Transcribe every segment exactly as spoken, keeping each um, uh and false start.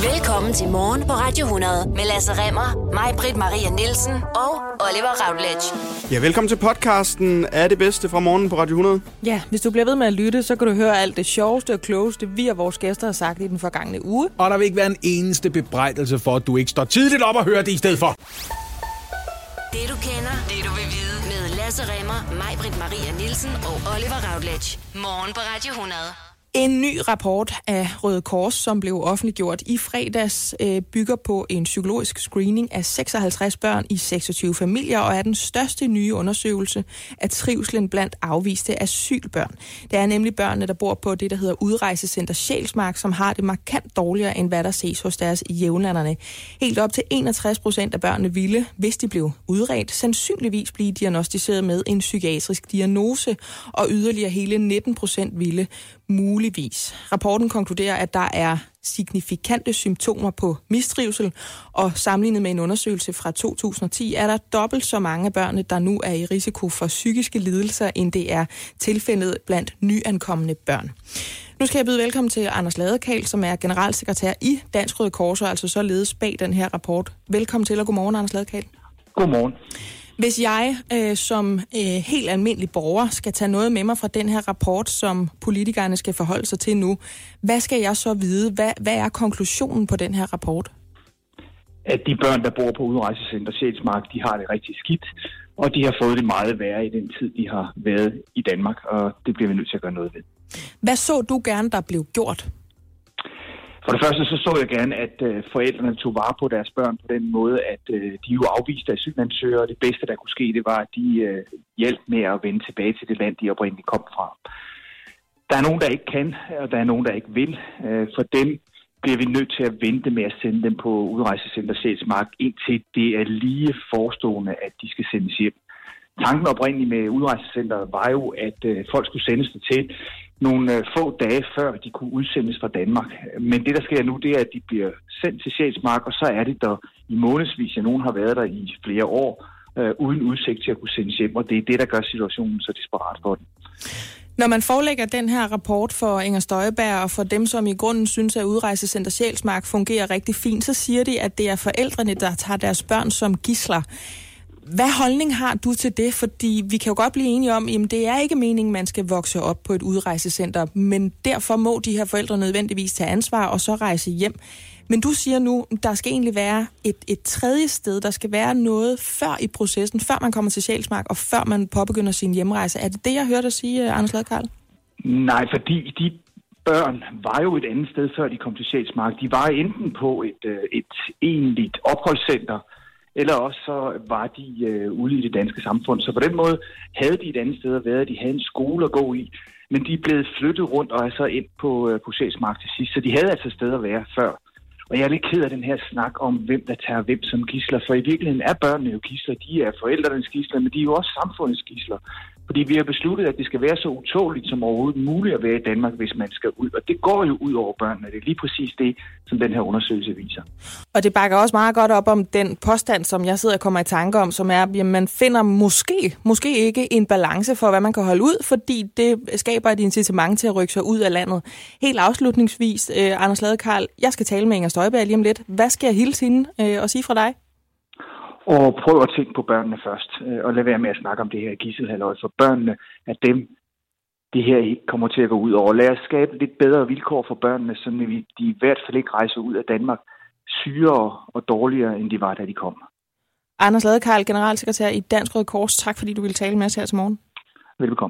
Velkommen til Morgen på Radio hundrede med Lasse Remmer, mig, Britt Maria Nielsen og Oliver Routledge. Ja, velkommen til podcasten Er det bedste fra Morgen på Radio hundrede. Ja, hvis du bliver ved med at lytte, så kan du høre alt det sjoveste og klogeste, vi og vores gæster har sagt i den forgangne uge. Og der vil ikke være en eneste bebrejdelse for, at du ikke står tidligt op og hører det i stedet for. Det du kender, det du vil vide med Lasse Remmer, mig, Britt Maria Nielsen og Oliver Routledge. Morgen på Radio hundrede. En ny rapport af Røde Kors, som blev offentliggjort i fredags, øh, bygger på en psykologisk screening af seksoghalvtreds børn i seksogtyve familier, og er den største nye undersøgelse af trivslen blandt afviste asylbørn. Det er nemlig børnene, der bor på det, der hedder Udrejsecenter Sjælsmark, som har det markant dårligere, end hvad der ses hos deres jævnaldrende. Helt op til enogtres procent af børnene ville, hvis de blev udredt, sandsynligvis blive diagnosticeret med en psykiatrisk diagnose, og yderligere hele nitten procent ville muligvis. Rapporten konkluderer, at der er signifikante symptomer på mistrivsel, og sammenlignet med en undersøgelse fra to tusind og ti er der dobbelt så mange børn, der nu er i risiko for psykiske lidelser, end det er tilfældet blandt nyankomne børn. Nu skal jeg byde velkommen til Anders Ladekarl, som er generalsekretær i Dansk Røde Kors, og altså således bag den her rapport. Velkommen til, og godmorgen, Anders Ladekarl. Godmorgen. Hvis jeg øh, som øh, helt almindelig borger skal tage noget med mig fra den her rapport, som politikerne skal forholde sig til nu, hvad skal jeg så vide? Hvad, hvad er konklusionen på den her rapport? At de børn, der bor på Udrejsecenter Sjælsmark, de har det rigtig skidt, og de har fået det meget værre i den tid, de har været i Danmark, og det bliver vi nødt til at gøre noget ved. Hvad så du gerne, der blev gjort? For det første så så jeg gerne, at øh, forældrene tog vare på deres børn på den måde, at øh, de jo afviste asylansøgere, og det bedste, der kunne ske, det var, at de øh, hjalp med at vende tilbage til det land, de oprindeligt kom fra. Der er nogen, der ikke kan, og der er nogen, der ikke vil. Øh, for dem bliver vi nødt til at vente med at sende dem på Udrejsecenter Sjælsmark, indtil det er lige forestående, at de skal sendes hjem. Tanken oprindeligt med Udrejsecenteret var jo, at øh, folk skulle sendes til nogle øh, få dage før de kunne udsendes fra Danmark. Men det, der sker nu, det er, at de bliver sendt til Sjælsmark, og så er det der i månedsvis, at nogen har været der i flere år, øh, uden udsigt til at kunne sendes hjem, og det er det, der gør situationen så desperat for dem. Når man forelægger den her rapport for Inger Støjberg og for dem, som i grunden synes, at Udrejsecenter Sjælsmark fungerer rigtig fint, så siger de, at det er forældrene, der tager deres børn som gidsler. Hvad holdning har du til det? Fordi vi kan jo godt blive enige om, at det er ikke meningen, man skal vokse op på et udrejsecenter, men derfor må de her forældre nødvendigvis tage ansvar og så rejse hjem. Men du siger nu, der skal egentlig være et, et tredje sted, der skal være noget før i processen, før man kommer til Sjælsmark og før man påbegynder sin hjemrejse. Er det det, jeg hørte dig sige, Anders Ladekarl? Nej, fordi de børn var jo et andet sted, før de kom til Sjælsmark. De var enten på et, et egentligt opholdscenter, eller også så var de øh, ude i det danske samfund. Så på den måde havde de et andet sted at være. De havde en skole at gå i, men de er blevet flyttet rundt og er så ind på, øh, på Sjælsmark til sidst. Så de havde altså et sted at være før. Og jeg er lidt ked af den her snak om, hvem der tager hvem som gidsler. For i virkeligheden er børnene jo gidsler. De er forældrenes gidsler, men de er jo også samfundets gidsler. Fordi vi har besluttet, at det skal være så utåligt som overhovedet muligt at være i Danmark, hvis man skal ud. Og det går jo ud over børnene. Det er lige præcis det, som den her undersøgelse viser. Og det bakker også meget godt op om den påstand, som jeg sidder og kommer i tanke om, som er, at man finder måske, måske ikke en balance for, hvad man kan holde ud, fordi det skaber et incitament til at rykke sig ud af landet. Helt afslutningsvis, eh, Anders Ladekarl, jeg skal tale med Inger Støjberg lige om lidt. Hvad skal jeg hilse hende eh, og sige fra dig? Og prøv at tænke på børnene først, og lad være med at snakke om det her gidselhalløj, for børnene er dem, det her ikke kommer til at gå ud over. Lad os skabe lidt bedre vilkår for børnene, så de i hvert fald ikke rejser ud af Danmark sygere og dårligere, end de var, da de kom. Anders Ladekarl, generalsekretær i Dansk Røde Kors. Tak fordi du ville tale med os her til morgen. Velbekomme.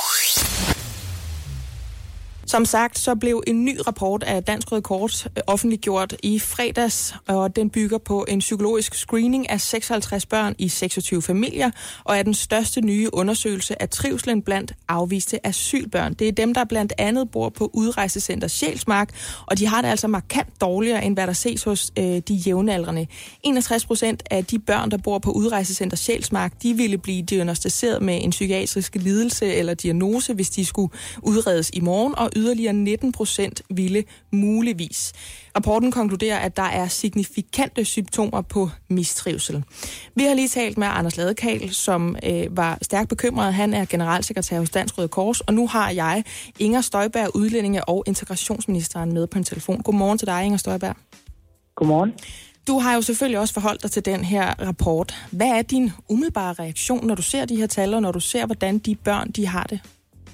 Som sagt, så blev en ny rapport af Dansk Røde Kors offentliggjort i fredags, og den bygger på en psykologisk screening af seksoghalvtreds børn i seksogtyve familier, og er den største nye undersøgelse af trivslen blandt afviste asylbørn. Det er dem, der blandt andet bor på Udrejsecenter Sjælsmark, og de har det altså markant dårligere, end hvad der ses hos øh, de jævnaldrende. enogtres procent af de børn, der bor på Udrejsecenter Sjælsmark, de ville blive diagnosticeret med en psykiatrisk lidelse eller diagnose, hvis de skulle udredes i morgen, og yderligere nitten procent ville muligvis. Rapporten konkluderer, at der er signifikante symptomer på mistrivsel. Vi har lige talt med Anders Ladekarl, som øh, var stærkt bekymret. Han er generalsekretær hos Dansk Røde Kors, og nu har jeg Inger Støjberg, udlændinge- og integrationsministeren, med på en telefon. Godmorgen til dig, Inger Støjberg. Godmorgen. Du har jo selvfølgelig også forholdt dig til den her rapport. Hvad er din umiddelbare reaktion, når du ser de her tal, og når du ser, hvordan de børn de har det?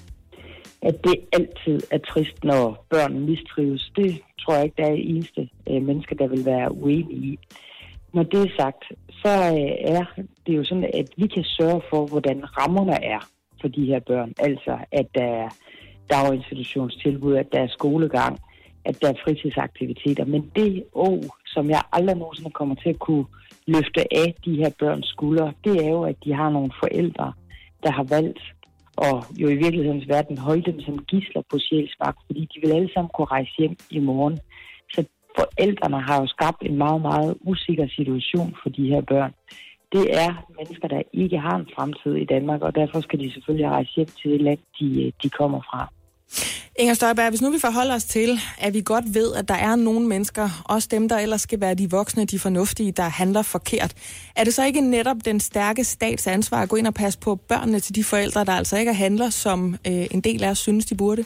At det altid er trist, når børn mistrives. Det tror jeg ikke, der er det eneste øh, menneske, der vil være uenige i. Når det er sagt, så øh, er det jo sådan, at vi kan sørge for, hvordan rammerne er for de her børn. Altså, at der er daginstitutionstilbud, at der er skolegang, at der er fritidsaktiviteter. Men det å, som jeg aldrig nogensinde kommer til at kunne løfte af de her børns skuldre, det er jo, at de har nogle forældre, der har valgt og jo i virkelighedens verden holde dem som gidsler på Sjælsmark, fordi de vil alle sammen kunne rejse hjem i morgen. Så forældrene har jo skabt en meget, meget usikker situation for de her børn. Det er mennesker, der ikke har en fremtid i Danmark, og derfor skal de selvfølgelig rejse hjem til det land, de, de kommer fra. Inger Støjberg, hvis nu vi forholder os til, at vi godt ved, at der er nogle mennesker, også dem, der ellers skal være de voksne, de fornuftige, der handler forkert. Er det så ikke netop den stærke stats ansvar at gå ind og passe på børnene til de forældre, der altså ikke handler, som øh, en del af os synes, de burde?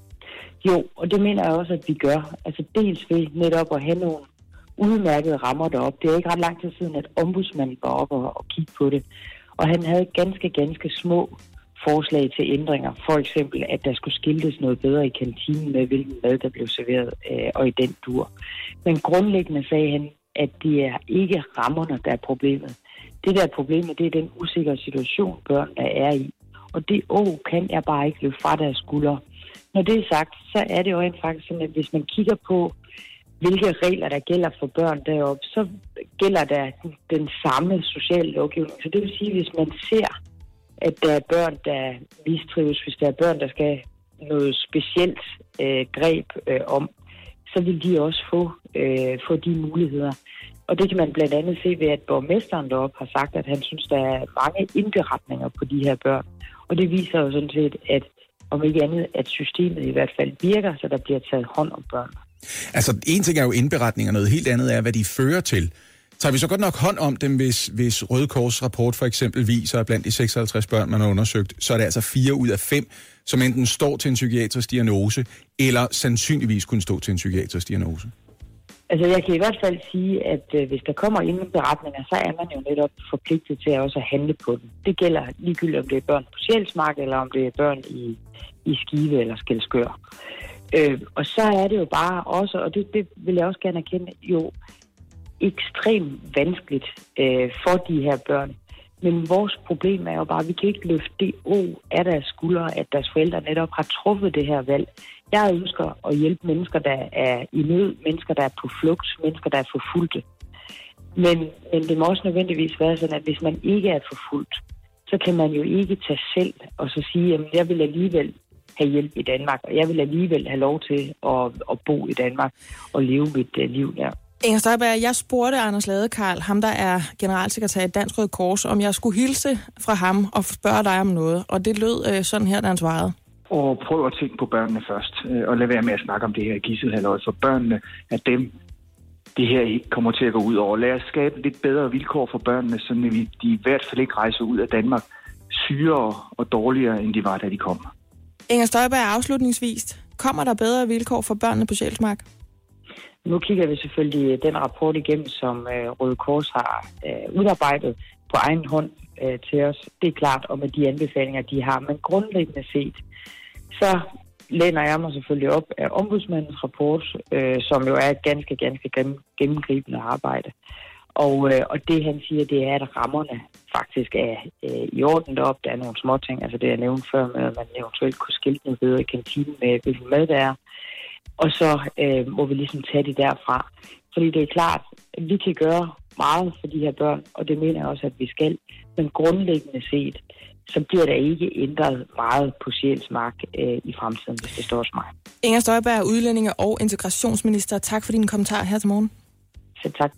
Jo, og det mener jeg også, at vi gør. Altså dels ved netop at have nogle udmærkede rammer deroppe. Det er ikke ret lang tid siden, at ombudsmanden var op og, og kigge på det. Og han havde ganske, ganske små forslag til ændringer. For eksempel, at der skulle skiltes noget bedre i kantinen med, hvilken mad, der blev serveret, øh, og i den dur. Men grundlæggende sagde han, at det er ikke rammerne, der er problemet. Det, der er problemet, det er den usikre situation, børnene er i. Og det å, kan jeg bare ikke løbe fra deres skuldre. Når det er sagt, så er det jo rent faktisk sådan, at hvis man kigger på, hvilke regler der gælder for børn deroppe, så gælder der den samme sociale lovgivning. Så det vil sige, hvis man ser, at der er børn, der mistrives, hvis der er børn, der skal noget specielt øh, greb øh, om, så vil de også få, øh, få de muligheder. Og det kan man blandt andet se ved, at borgmesteren deroppe har sagt, at han synes, der er mange indberetninger på de her børn. Og det viser jo sådan set, at om ikke andet, at systemet i hvert fald virker, så der bliver taget hånd om børn. Altså, en ting er jo indberetninger, noget helt andet er, hvad de fører til. Tager vi så godt nok hånd om dem, hvis, hvis Røde Kors rapport for eksempel viser, at blandt de seksoghalvtreds børn, man har undersøgt, så er det altså fire ud af fem, som enten står til en psykiatrisk diagnose, eller sandsynligvis kunne stå til en psykiatrisk diagnose? Altså, jeg kan i hvert fald sige, at øh, hvis der kommer indberetninger, så er man jo netop forpligtet til at også handle på den. Det gælder ligegyldigt, om det er børn på Sjælsmark, eller om det er børn i, i Skive eller Skelskør. Øh, og så er det jo bare også, og det, det vil jeg også gerne erkende, jo ekstremt vanskeligt øh, for de her børn. Men vores problem er jo bare, at vi kan ikke løfte det å af deres skuldre, at deres forældre netop har truffet det her valg. Jeg ønsker at hjælpe mennesker, der er i nød, mennesker, der er på flugt, mennesker, der er forfulgte. Men, men det må også nødvendigvis være sådan, at hvis man ikke er forfulgt, så kan man jo ikke tage selv og så sige, at jeg vil alligevel have hjælp i Danmark, og jeg vil alligevel have lov til at, at bo i Danmark og leve mit uh, liv der. Inger Støjberg, jeg spurgte Anders Ladekarl, ham der er generalsekretær i Dansk Røde Kors, om jeg skulle hilse fra ham og spørge dig om noget. Og det lød øh, sådan her, da han svarede. Og prøv at tænke på børnene først, og lad være med at snakke om det her gidselhalløj, for børnene er dem, det her ikke kommer til at gå ud over. Lad os skabe lidt bedre vilkår for børnene, så de i hvert fald ikke rejser ud af Danmark sygere og dårligere, end de var, da de kom. Inger Støjberg, afslutningsvis. Kommer der bedre vilkår for børnene på Sjælsmark? Nu kigger vi selvfølgelig den rapport igennem, som øh, Røde Kors har øh, udarbejdet på egen hånd øh, til os. Det er klart, og med de anbefalinger, de har. Men grundlæggende set, så læner jeg mig selvfølgelig op af ombudsmandens rapport, øh, som jo er et ganske, ganske gennemgribende arbejde. Og, øh, og det han siger, det er, at rammerne faktisk er øh, i orden deroppe. Der er nogle små ting, altså det jeg nævnte før med, at man eventuelt kunne skilte noget bedre i kantinen med, hvilken mad der er. Og så øh, må vi ligesom tage det derfra. Fordi det er klart, at vi kan gøre meget for de her børn, og det mener jeg også, at vi skal. Men grundlæggende set, så bliver der ikke ændret meget på Sjælsmark øh, i fremtiden, hvis det står hos mig. Inger Støjberg, udlændinge- og integrationsminister. Tak for din kommentar her til morgen. Selv tak.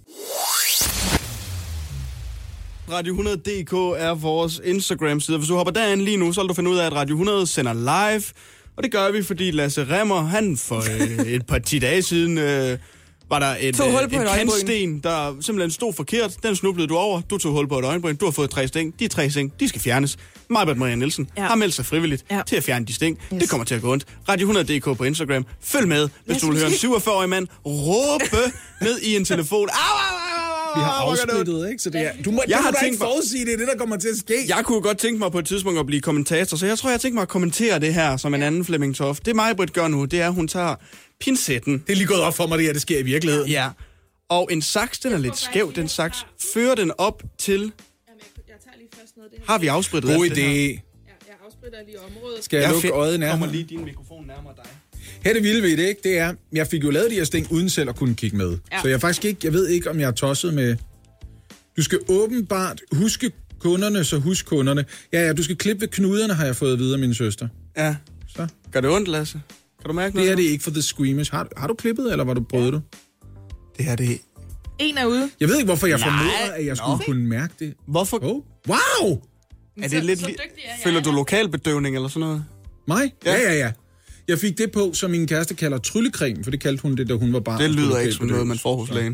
Radio hundrede punktum d k er vores Instagram-side. Hvis du hopper derind lige nu, så vil du finde ud af, at Radio hundrede sender live. Og det gør vi, fordi Lasse Remmer, han for øh, et par ti dage siden øh, var der et, Tog hul øh, på et et øjenbryn. kantsten, der simpelthen stod forkert. Den snublede du over. Du tog hul på et øjenbryn. Du har fået tre sting. De tre sting, de skal fjernes. Mig-Britt Maria Nielsen Ja. har meldt sig frivilligt Ja. til at fjerne de sting. Yes. Det kommer til at gå ondt. Radio hundrede punktum d k på Instagram. Følg med, hvis Jeg du vil synes høre en ikke- syvogfyrre-årig mand råbe ned i en telefon. Au, au, au, au, Vi har au, hvor gør det ondt. afsplittet, ikke? Så det er, du må, Jeg det har må du tænkt ikke mig- forudsige, det er det, der kommer til at ske. Jeg kunne godt tænke mig på et tidspunkt at blive kommentator, så jeg tror, jeg tænker mig at kommentere det her som en anden Flemming Toft. Det mig-Britt gør nu, det er, at hun tager pincetten. Det er lige gået op for mig, det her, det sker i virkeligheden. Ja. Og en saks, den er lidt skæv, den saks. Fører den op til... Jeg tager lige først noget af det Har vi afsprittet God alt det her? idé. Ja, jeg afspritter lige området. Skal jeg lukke fe- øjet kommer nærmere? lige din mikrofon nærmere dig. Her det vilde ved det, ikke? Det er, jeg fik jo lavet de her sting uden selv at kunne kigge med. Ja. Så jeg faktisk ikke, jeg ved ikke, om jeg er tosset med... Du skal åbenbart huske kunderne, så husk kunderne. Ja, ja, du skal klippe ved knuderne, har jeg fået at vide af min søster. Ja. Så. Gør det ondt, Lasse? Kan du mærke Det noget? her det er ikke for the squeamish. Har, har du klippet, eller var du brød du? Det her, det er... En er ude. Jeg ved ikke, hvorfor jeg Nej. formoder, at jeg skulle Nå. kunne mærke det. Hvorfor? Oh. Wow! Er det lidt... så li- dygtig er jeg. Føler du lokalbedøvning eller sådan noget? Mig? Ja. Ja, ja, ja. Jeg fik det på, som min kæreste kalder tryllecreme, for det kaldte hun det, da hun var barn. Det lyder Lokal ikke som noget, man bedøvelse. får hos lægen.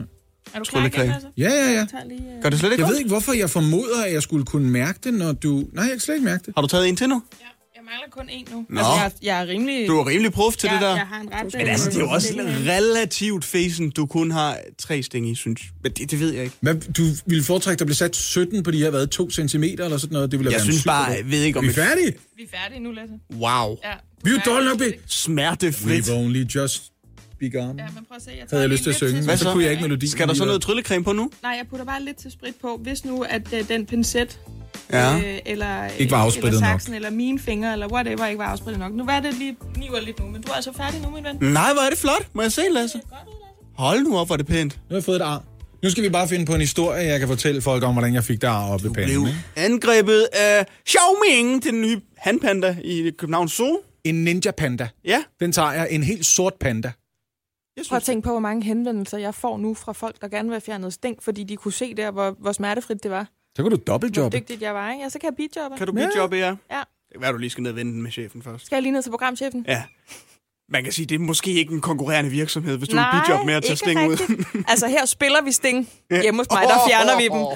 Er du klar igen, Tryllecreme. altså? Ja, ja, ja. Jeg tager lige, uh... Gør det slet ikke Jeg ved ondt? ikke, hvorfor jeg formoder, at jeg skulle kunne mærke det, når du... Nej, jeg kan slet ikke mærke det. Har du taget en til nu? Ja, jeg mangler kun en nu. Nå. Altså, jeg, jeg er rimelig... Du er rimelig prof til jeg, det der. Jeg har en ret... Men altså, det er jo også relativt fæsen, du kun har tre sting i, synes jeg. Men det, det ved jeg ikke. Hvad, du ville foretrække, der blev sat sytten på de her, hvad, to centimeter eller sådan noget? Det ville Jeg være en synes super bare, god- jeg ved ikke om... Vi er et- færdige? Vi er færdige nu, Lasse. Wow. Ja. Vi er jo dårlige nok, babe. Smertefrit. We've only just begun. Ja, men prøv at se. Jeg tager Havde jeg lige lyst til at lidt synge, Hvad men så? så kunne jeg ikke melodien. Skal der så noget tryllecreme på nu? Nej, jeg putter bare lidt til sprit på. Hvis nu, at uh, den pincet, Ja. øh, eller, Ikke var afsprittet eller nok. saksen, eller mine fingre, eller whatever, ikke var afsprittet nok. Nu var det lige niver lidt nu, men du er altså færdig nu, min ven. Nej, hvor er det flot. Må jeg se, Lasse? Hold nu op, hvor er det pænt. Nu har jeg fået et ar. Nu skal vi bare finde på en historie, jeg kan fortælle folk om, hvordan jeg fik det ar op i Blev panden. ikke? angrebet af Xiaoming, den nye hanpanda i Københavns Zoo. En ninja panda. Ja. Den tager jeg. En helt sort panda. Jeg Prøv at tænke på, hvor mange henvendelser jeg får nu fra folk, der gerne vil have fjernet stink, fordi de kunne se der, hvor, hvor smertefrit det var. Så kan du Hvor dobbeltjobbe. dygtigt jeg var, ikke? Ja, så kan jeg beatjobbe. Kan du bidjobbe, ja? Ja. Det kan være, du lige skal ned og vende den med chefen først. Skal jeg lige ned til programchefen? Ja. Man kan sige, det er måske ikke en konkurrerende virksomhed, hvis du Nej, vil bidjobbe med at tage ikke sting ud. rigtigt. Altså, her spiller vi sting. Hjemme hos mig, der fjerner vi dem.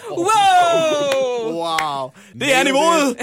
Wow! Wow. Det er niveauet.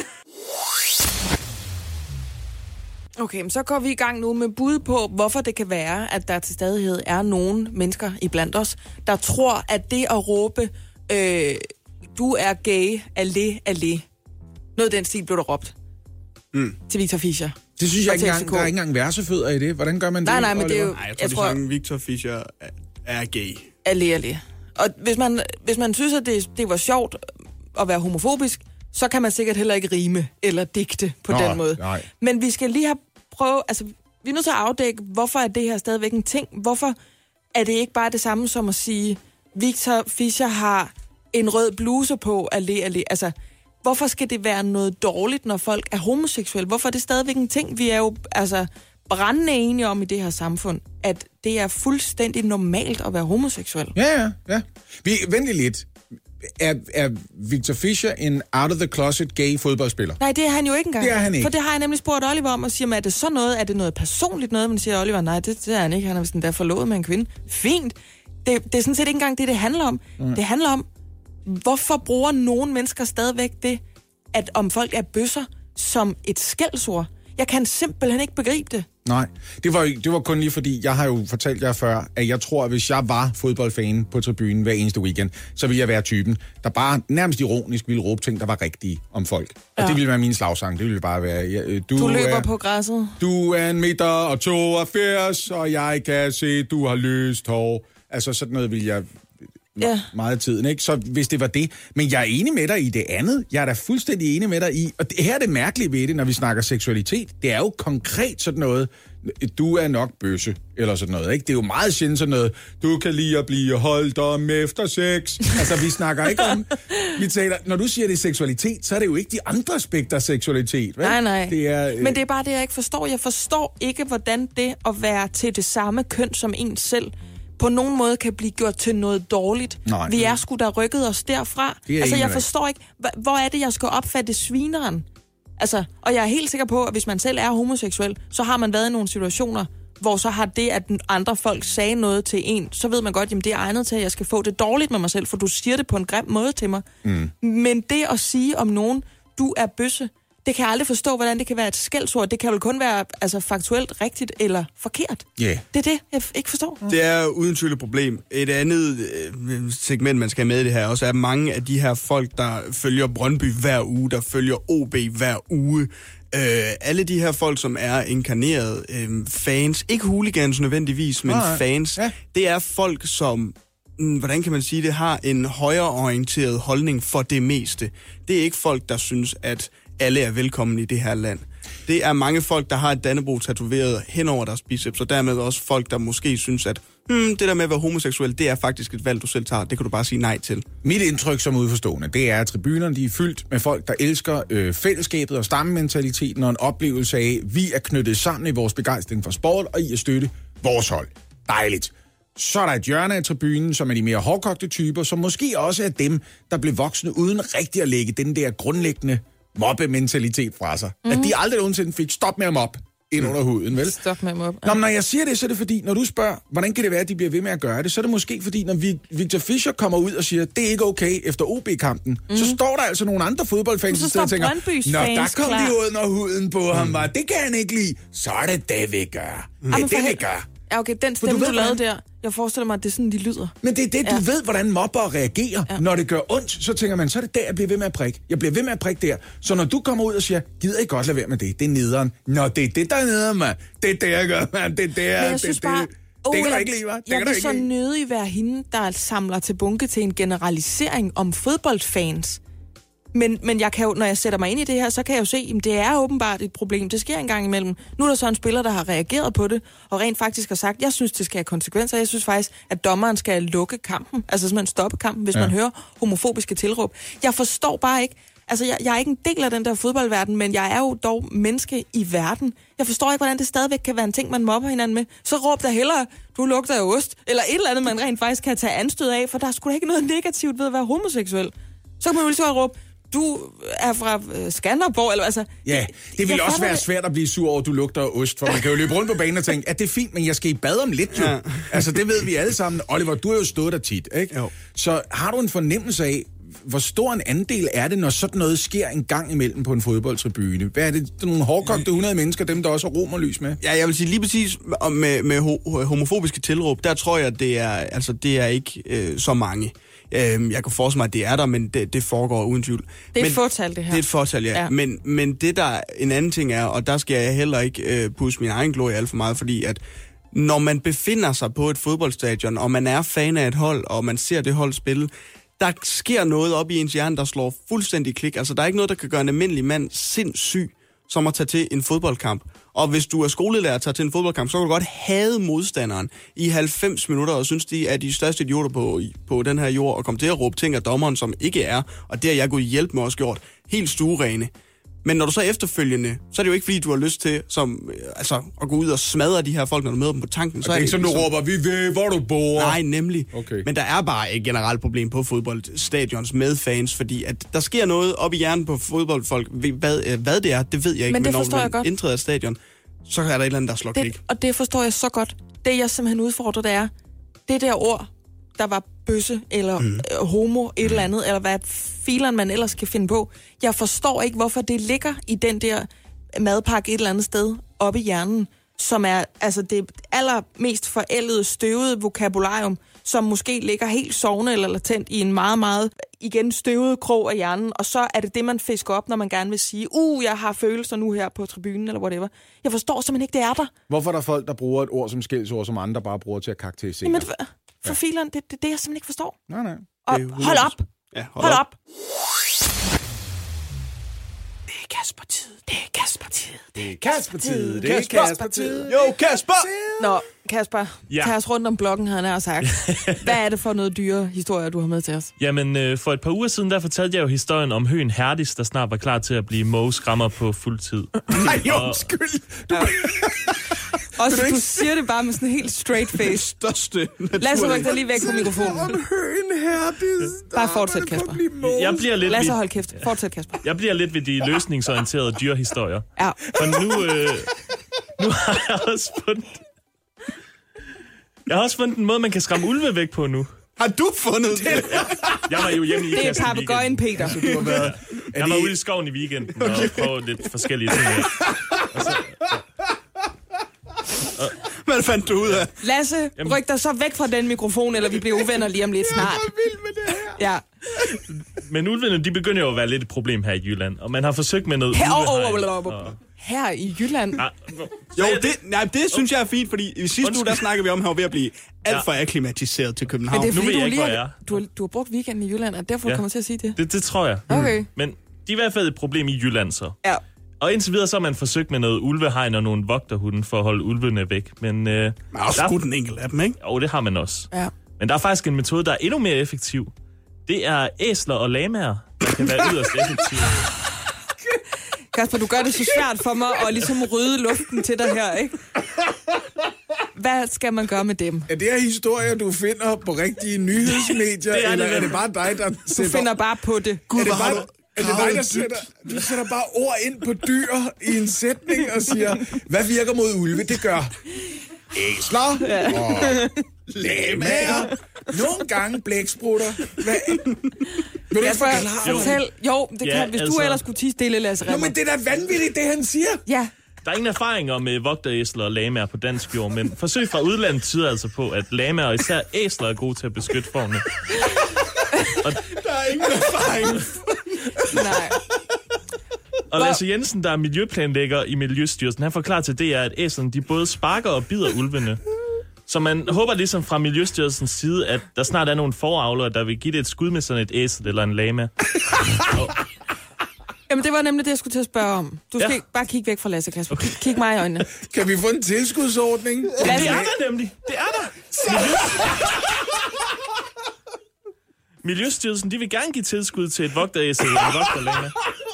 Okay, men så går vi i gang nu med bud på, hvorfor det kan være, at der til stadighed er nogle mennesker iblandt os, der tror, at det at råbe, øh, du er gay, allé, allé. Noget af den stil blev der råbt mm. til Victor Fischer. Det synes jeg Og ikke til engang, F C K. der er ikke engang versefødder i det. Hvordan gør man Nej, det? nej, men det er jo- Oliver? Nej, jeg tror, Jeg de tror- sange Victor Fischer er, er gay. Allé, allé. Og hvis man, hvis man synes, at det, det var sjovt at være homofobisk, så kan man sikkert heller ikke rime eller digte på Nå, den måde. nej. Men vi skal lige have prøve, altså vi er nødt til at afdække, hvorfor er det her stadigvæk en ting? Hvorfor er det ikke bare det samme som at sige, Victor Fischer har en rød bluse på, allé, allé. Altså, hvorfor skal det være noget dårligt, når folk er homoseksuelle? Hvorfor er det stadigvæk en ting? Vi er jo altså brændende enige om i det her samfund, at det er fuldstændig normalt at være homoseksuel. Ja, ja, ja. Vi, vent lige lidt. Er, er Victor Fischer en out-of-the-closet gay fodboldspiller? Nej, det er han jo ikke engang. Det er han ikke. For det har jeg nemlig spurgt Oliver om, og siger, men er det så noget, er det noget personligt noget? Men siger Oliver, nej, det, det er han ikke. Han er vist endda forlovet med en kvinde. Fint. Det, det er sådan set ikke engang det, det handler om. Mm. Det handler om, hvorfor bruger nogle mennesker stadigvæk det, at om folk er bøsser, som et skældsord? Jeg kan simpelthen ikke begribe det. Nej, det var, det var kun lige fordi, jeg har jo fortalt jer før, at jeg tror, at hvis jeg var fodboldfan på tribunen hver eneste weekend, så ville jeg være typen, der bare nærmest ironisk ville råbe ting, der var rigtige om folk. Og Ja. det ville være min slagsang. Det ville bare være... Ja, du, Du løber er, på græsset. Du er en meter og toogfirs, og jeg kan se, du har løst hår. Altså sådan noget ville jeg... Ja. Meget af tiden, ikke? Så hvis det var det. Men jeg er enig med dig i det andet. Jeg er da fuldstændig enig med dig i... Og det her er det mærkelige ved det, når vi snakker seksualitet. Det er jo konkret sådan noget... Du er nok bøsse, eller sådan noget, ikke? Det er jo meget sjældent sådan noget... Du kan lide at blive holdt om efter sex. Altså, vi snakker ikke om... Vi taler, når du siger, det er seksualitet, så er det jo ikke de andre aspekter af seksualitet, vel? Nej, nej. Det er, øh... Men det er bare det, jeg ikke forstår. Jeg forstår ikke, hvordan det at være til det samme køn som en selv på nogen måde kan blive gjort til noget dårligt. Nej. Vi er sgu da rykket os derfra. Det er Altså, enig jeg med dig. forstår ikke, hva- hvor er det, jeg skal opfatte svineren? Altså, og jeg er helt sikker på, at hvis man selv er homoseksuel, så har man været i nogle situationer, hvor så har det, at andre folk sagde noget til en, så ved man godt, jamen det er egnet til, at jeg skal få det dårligt med mig selv, for du siger det på en grim måde til mig. Mm. Men det at sige om nogen, du er bøsse, det kan jeg aldrig forstå, hvordan det kan være et skældsord. Det kan vel kun være altså, faktuelt rigtigt eller forkert. Yeah. Det er det, jeg ikke forstår. Det er uden tvivl et problem. Et andet øh, segment, man skal have med i det her også, er mange af de her folk, der følger Brøndby hver uge, der følger O B hver uge. Øh, alle de her folk, som er inkarnerede øh, fans, ikke hooligans nødvendigvis, men nej, fans, ja. Det er folk, som, hvordan kan man sige det, har en højreorienteret holdning for det meste. Det er ikke folk, der synes, at alle er velkommen i det her land. Det er mange folk, der har et Dannebrog tatoveret hen over deres biceps, og dermed også folk, der måske synes, at hmm, det der med at være homoseksuel, det er faktisk et valg, du selv tager. Det kan du bare sige nej til. Mit indtryk som udforstående, det er, at tribunerne de er fyldt med folk, der elsker øh, fællesskabet og stammementaliteten og en oplevelse af, at vi er knyttet sammen i vores begejstring for sport og i at støtte vores hold. Dejligt. Så er der et hjørne af tribunen, som er de mere hårdkogte typer, som måske også er dem, der blev voksne uden rigtig at lægge den der grundlæggende mobbementalitet fra sig. Mm-hmm. At de aldrig nogensinde fik stop med at mobbe ind under huden, vel? Stop med at mobbe. Nå, når jeg siger det, så er det fordi, når du spørger, hvordan kan det være, at de bliver ved med at gøre det, så er det måske fordi, når Victor Fischer kommer ud og siger, det er ikke okay efter O B-kampen, mm-hmm. så står der altså nogle andre fodboldfans, så står og tænker, nå, der kom klar. De ud, når huden på mm. ham var, det kan han ikke lide, så er det det, vi gør. Mm. Det er det, vi gør. Ja, okay, den stemme, du, du lavede der, jeg forestiller mig, at det er sådan, de lyder. Men det er det, du ja. ved, hvordan mobber reagerer. Ja. Når det gør ondt, så tænker man, så er det der, jeg bliver ved med at prikke. Jeg bliver ved med at prikke der. Så når du kommer ud og siger, gider ikke godt lade være med det, det er nederen. Nå, det er det, der er nederen, mand. Det er det, jeg gør, mand. Det er det, jeg, jeg synes det, bare, det, det, det kan du ikke lide, hva'? Det jeg kan vil så nødig være hende, der samler til bunke til en generalisering om fodboldfans. Men, men jeg kan jo, når jeg sætter mig ind i det her, så kan jeg jo se, at det er åbenbart et problem. Det sker en gang imellem. Nu er der så en spiller, der har reageret på det, og rent faktisk har sagt, jeg synes, det skal have konsekvenser. Jeg synes faktisk, at dommeren skal lukke kampen, altså simpelthen stoppe kampen, hvis ja. man hører homofobiske tilråb. Jeg forstår bare ikke, altså jeg, jeg er ikke en del af den der fodboldverden, men jeg er jo dog menneske i verden. Jeg forstår ikke, hvordan det stadigvæk kan være en ting, man mobber hinanden med. Så råb der hellere, du lugter af ost, eller et eller andet, man rent faktisk kan tage anstød af, for der er sgu da ikke noget negativt ved at være homoseksuel. Så kan man jo lige så råbe, du er fra øh, Skanderborg, eller altså... Ja, det vil også være svært at blive sur over, at du lugter af ost, for man kan jo løbe rundt på banen og tænke, at det er fint, men jeg skal i bad om lidt, jo. Ja. Altså, det ved vi alle sammen. Oliver, du har jo stået der tit, ikke? Jo. Så har du en fornemmelse af, hvor stor en andel er det, når sådan noget sker en gang imellem på en fodboldtribune? Hvad er det? Det er nogle hårdkogte hundrede mennesker, dem der også har romerlys med? Ja, jeg vil sige lige præcis om med, med ho- homofobiske tilråb, der tror jeg, at det er, altså, det er ikke øh, så mange. Jeg kan forestille mig, at det er der, men det, det foregår uden tvivl. Det er men, et fortal, det her. Det er et fortal, ja. ja. Men, men det der en anden ting er, og der skal jeg heller ikke øh, pusse min egen glorie alt for meget, fordi at når man befinder sig på et fodboldstadion, og man er fan af et hold, og man ser det hold spille, der sker noget op i ens hjerne, der slår fuldstændig klik. Altså, der er ikke noget, der kan gøre en almindelig mand sindssyg, som at tage til en fodboldkamp. Og hvis du er skolelærer og tager til en fodboldkamp, så kan du godt hade modstanderen i halvfems minutter, og synes, de er de største idioter på, på den her jord, og komme til at råbe ting af dommeren, som ikke er, og det har jeg gået hjælp med også gjort, helt stuerene. Men når du så efterfølgende, så er det jo ikke fordi, du har lyst til som, altså, at gå ud og smadre de her folk, når du møder dem på tanken. Og så det er ikke som, du ligesom... råber, vi ved, hvor du bor. Nej, nemlig. Okay. Men der er bare et generelt problem på fodboldstadions med fans, fordi at der sker noget op i hjernen på fodboldfolk. Hvad, hvad det er, det ved jeg ikke. Men det men forstår når jeg godt. Indtræder stadion, så er der et eller andet, der slår klik. Og det forstår jeg så godt. Det, jeg simpelthen udfordrer, det er, det der ord, der var bøsse, eller mm. øh, homo, et mm. eller andet, eller hvad fileren man ellers kan finde på. Jeg forstår ikke, hvorfor det ligger i den der madpakke et eller andet sted oppe i hjernen, som er altså det allermest forældede, støvede vokabularium, som måske ligger helt sovende eller latent i en meget, meget igen støvet krog af hjernen, og så er det det, man fisker op, når man gerne vil sige, uh, jeg har følelser nu her på tribunen, eller whatever. Jeg forstår simpelthen ikke, det er der. Hvorfor er der folk, der bruger et ord som skældsord, som andre bare bruger til at karakterisere? Jamen, for, for ja. fileren, det er det, det, jeg simpelthen ikke forstår. Nej, nej. Og hold op! Ja, hold, hold op! op. Det er Kasper-tid. Det er Kasper-tid. Det er Kasper-tid. Det er Kasper-tid. Jo, Kasper! Nå, Kasper, ja. tag os rundt om blokken, havde han sagt. Hvad er det for noget dyre historie, du har med til os? Jamen, øh, for et par uger siden, der fortalte jeg jo historien om høen Herdis, der snart var klar til at blive mågeskræmmer på fuld tid. Nej, undskyld! Du... Ja. Også du, du siger det bare med sådan en helt straight face. Største Lasse, ryk dig lige væk på mikrofonen. Om høen Herdis. Bare fortsæt, Kasper. Jeg bliver lidt Lasse, ved... hold kæft. Fortsæt, Kasper. Jeg bliver lidt ved de løsningsorienterede dyrehistorier. Ja. For nu, øh, nu har jeg også fundet... Jeg har også fundet en måde, man kan skræmme ulve væk på nu. Har du fundet det? Ja. Jeg var jo hjemme i Det er papegøjen Peter. Så du har været... Jeg var ude i skoven i weekenden okay. og prøvede lidt forskellige ting. Og så, ja. Hvad fandt du ud af? Lasse, ryk dig så væk fra den mikrofon, eller vi bliver uvenner lige om lidt snart. Jeg er vild med det her. Ja. Men ulvene, de begynder jo at være lidt et problem her i Jylland. Og man har forsøgt med noget Her, ulvehegn. oh, oh, oh, oh. Her i Jylland? Ah, jo, det, nej, det synes jeg er fint, fordi i sidste uge, der snakkede vi om, at han var ved at blive alt for akklimatiseret til København. Men det er, nu ved fordi, jeg du, ikke, lige hvor jeg har, er. du, har, du har brugt weekenden i Jylland, og derfor Ja. kommer til at sige det. Det, det tror jeg. Okay. Men de er i hvert fald et problem i Jylland så. Ja. Og indtil videre så har man forsøgt med noget ulvehegn og nogle vogterhunde for at holde ulvene væk. Men øh, Man har også skudt en enkelt af dem, ikke? Jo, det har man også. Ja. Men der er faktisk en metode, der er endnu mere effektiv. Det er æsler og lamaer, der kan være yderst effektive. Kasper, du gør det så svært for mig at ligesom rydde luften til dig her, ikke? Hvad skal man gøre med dem? Er det her historier, du finder på rigtige nyhedsmedier, det er eller det, er det bare dig, der Du sætter... finder bare på det. er det bare, du er det dig, der sætter, du sætter bare ord ind på dyr i en sætning og siger, hvad virker mod ulve? Det gør æsler ja. og lamaer. Nogle gange blæksprutter. Hvad? Vil du ikke forklare mig? Fortæl. Jo, det Ja, kan, hvis altså- du ellers skulle tige stille, Lasse Nå, Remmer. men det er da vanvittigt, det han siger. Ja, Der er ingen erfaring om uh, vogteræsler og lamaer på dansk jord, men forsøg fra udlandet tyder altså på, at lamaer og især æsler er gode til at beskytte fårene. Der er ingen erfaring. nej. Og Lasse Jensen, der er miljøplanlægger i Miljøstyrelsen, han forklarer til D R, at æslerne de både sparker og bider ulvene. Så man håber ligesom fra Miljøstyrelsens side, at der snart er nogle foravlere, der vil give det et skud med sådan et æsel eller en lama. Jamen, det var nemlig det, jeg skulle til at spørge om. Du skal Ja. ikke bare kigge væk fra Lasse, Kasper. Kig, kig mig i øjnene. Kan vi få en tilskudsordning? Det er der nemlig. Det er der. Miljøstyrelsen, de vil gerne give tilskud til et vogteræsel eller en vogterlama.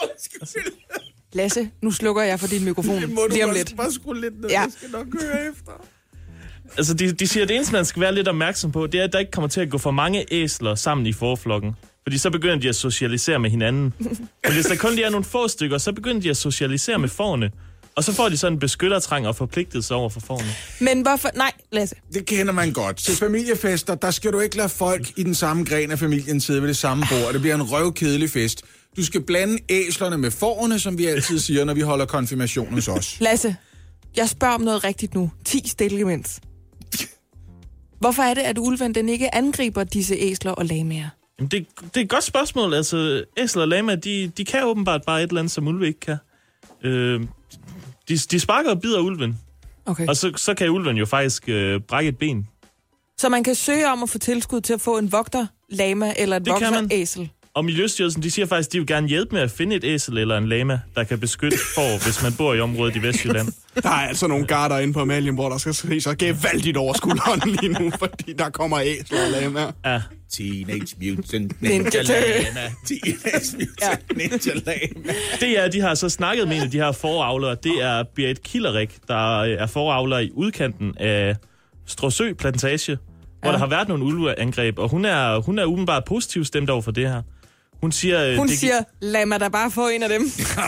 Lasse, nu slukker jeg for din mikrofon Det må du lige om bare, lidt. bare skrue lidt ned. Ja. Jeg skal nok køre efter. Altså, de, de siger, at det eneste, man skal være lidt opmærksom på, det er, at der ikke kommer til at gå for mange æsler sammen i forflokken. Fordi så begynder de at socialisere med hinanden. Men hvis der kun lige er nogle få stykker, så begynder de at socialisere med fårene. Og så får de sådan en beskyttertrang og forpligtelse over for fårene. Men hvorfor... Nej, Lasse. Det kender man godt. Til familiefester, der skal du ikke lade folk i den samme gren af familien sidde ved det samme bord. Det bliver en røvkedelig fest. Du skal blande æslerne med fårene, som vi altid siger, når vi holder konfirmation hos os. Lasse, jeg spørger om noget rigtigt nu. Ti stille imens. Hvorfor er det, at ulven den ikke angriber disse æsler og lamaer? Jamen, det, det er et godt spørgsmål. Altså, æsler og lamaer, de, de kan åbenbart bare et eller andet, som ulve ikke kan. Øh, de, de sparker og bider ulven. Okay. Og så, så kan ulven jo faktisk øh, brække et ben. Så man kan søge om at få tilskud til at få en vogter lama eller et Det kan man. vogter æsel? Og Miljøstyrelsen, de siger faktisk, at de vil gerne hjælpe med at finde et æsel eller en lama, der kan beskytte får, hvis man bor i området i Vestjylland. Der er altså nogle garder inde på Amalienborg, der skal se så gevaldigt over skulderen lige nu, fordi der kommer æsler og lamaer. Ja. Teenage Mutant Ninja Ninja Turtle. Lama. Teenage Mutant Ninja Lama. Det er, de har så snakket med en af de her foravlere. Det er Berit Killerik, der er foravler i udkanten af Stråsø Plantage, hvor Ja. der har været nogle ulveangreb, og hun er, hun er umiddelbart positivt stemt over for det her. Hun siger, Hun det, siger, lad mig da bare få en af dem.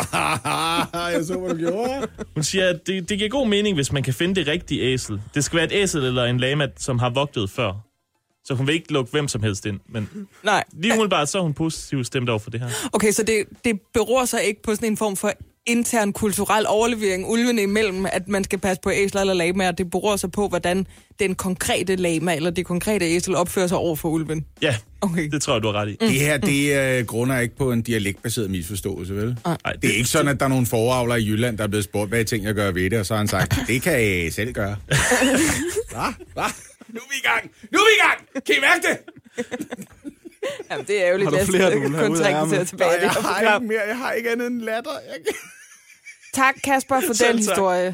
Jeg så, hvad du gjorde. hun siger, at det, det giver god mening, hvis man kan finde det rigtige æsel. Det skal være et æsel eller en lama, som har vogtet før. Så hun vil ikke lukke hvem som helst ind. Men Nej. lige umiddelbart, så er hun positivt stemt over for det her. Okay, så det, det beror sig ikke på sådan en form for intern kulturel overlevering ulvene imellem, at man skal passe på æsler eller lamaer. Det beror sig på, hvordan den konkrete lama eller det konkrete æsel opfører sig over for ulven. Ja, Okay. det tror jeg, du har ret i. Det her, det uh, grunder ikke på en dialektbaseret misforståelse, vel? Nej. Det er ikke sådan, at der er nogle foravlere i Jylland, der er blevet spurgt, hvad er ting, jeg gør ved det, og så har han sagt, det kan jeg selv gøre. Hva? Hva? Nu er vi i gang! Nu er vi i gang! Kan I mærke det? Jamen, det er jo lidt Har du flere, du vil have kun ud af trække ærmet? til tilbage. Nej, i det jeg her har program. ikke mere. Jeg har ikke andet end latter. Jeg... Tak, Kasper, for Selv den tak. historie.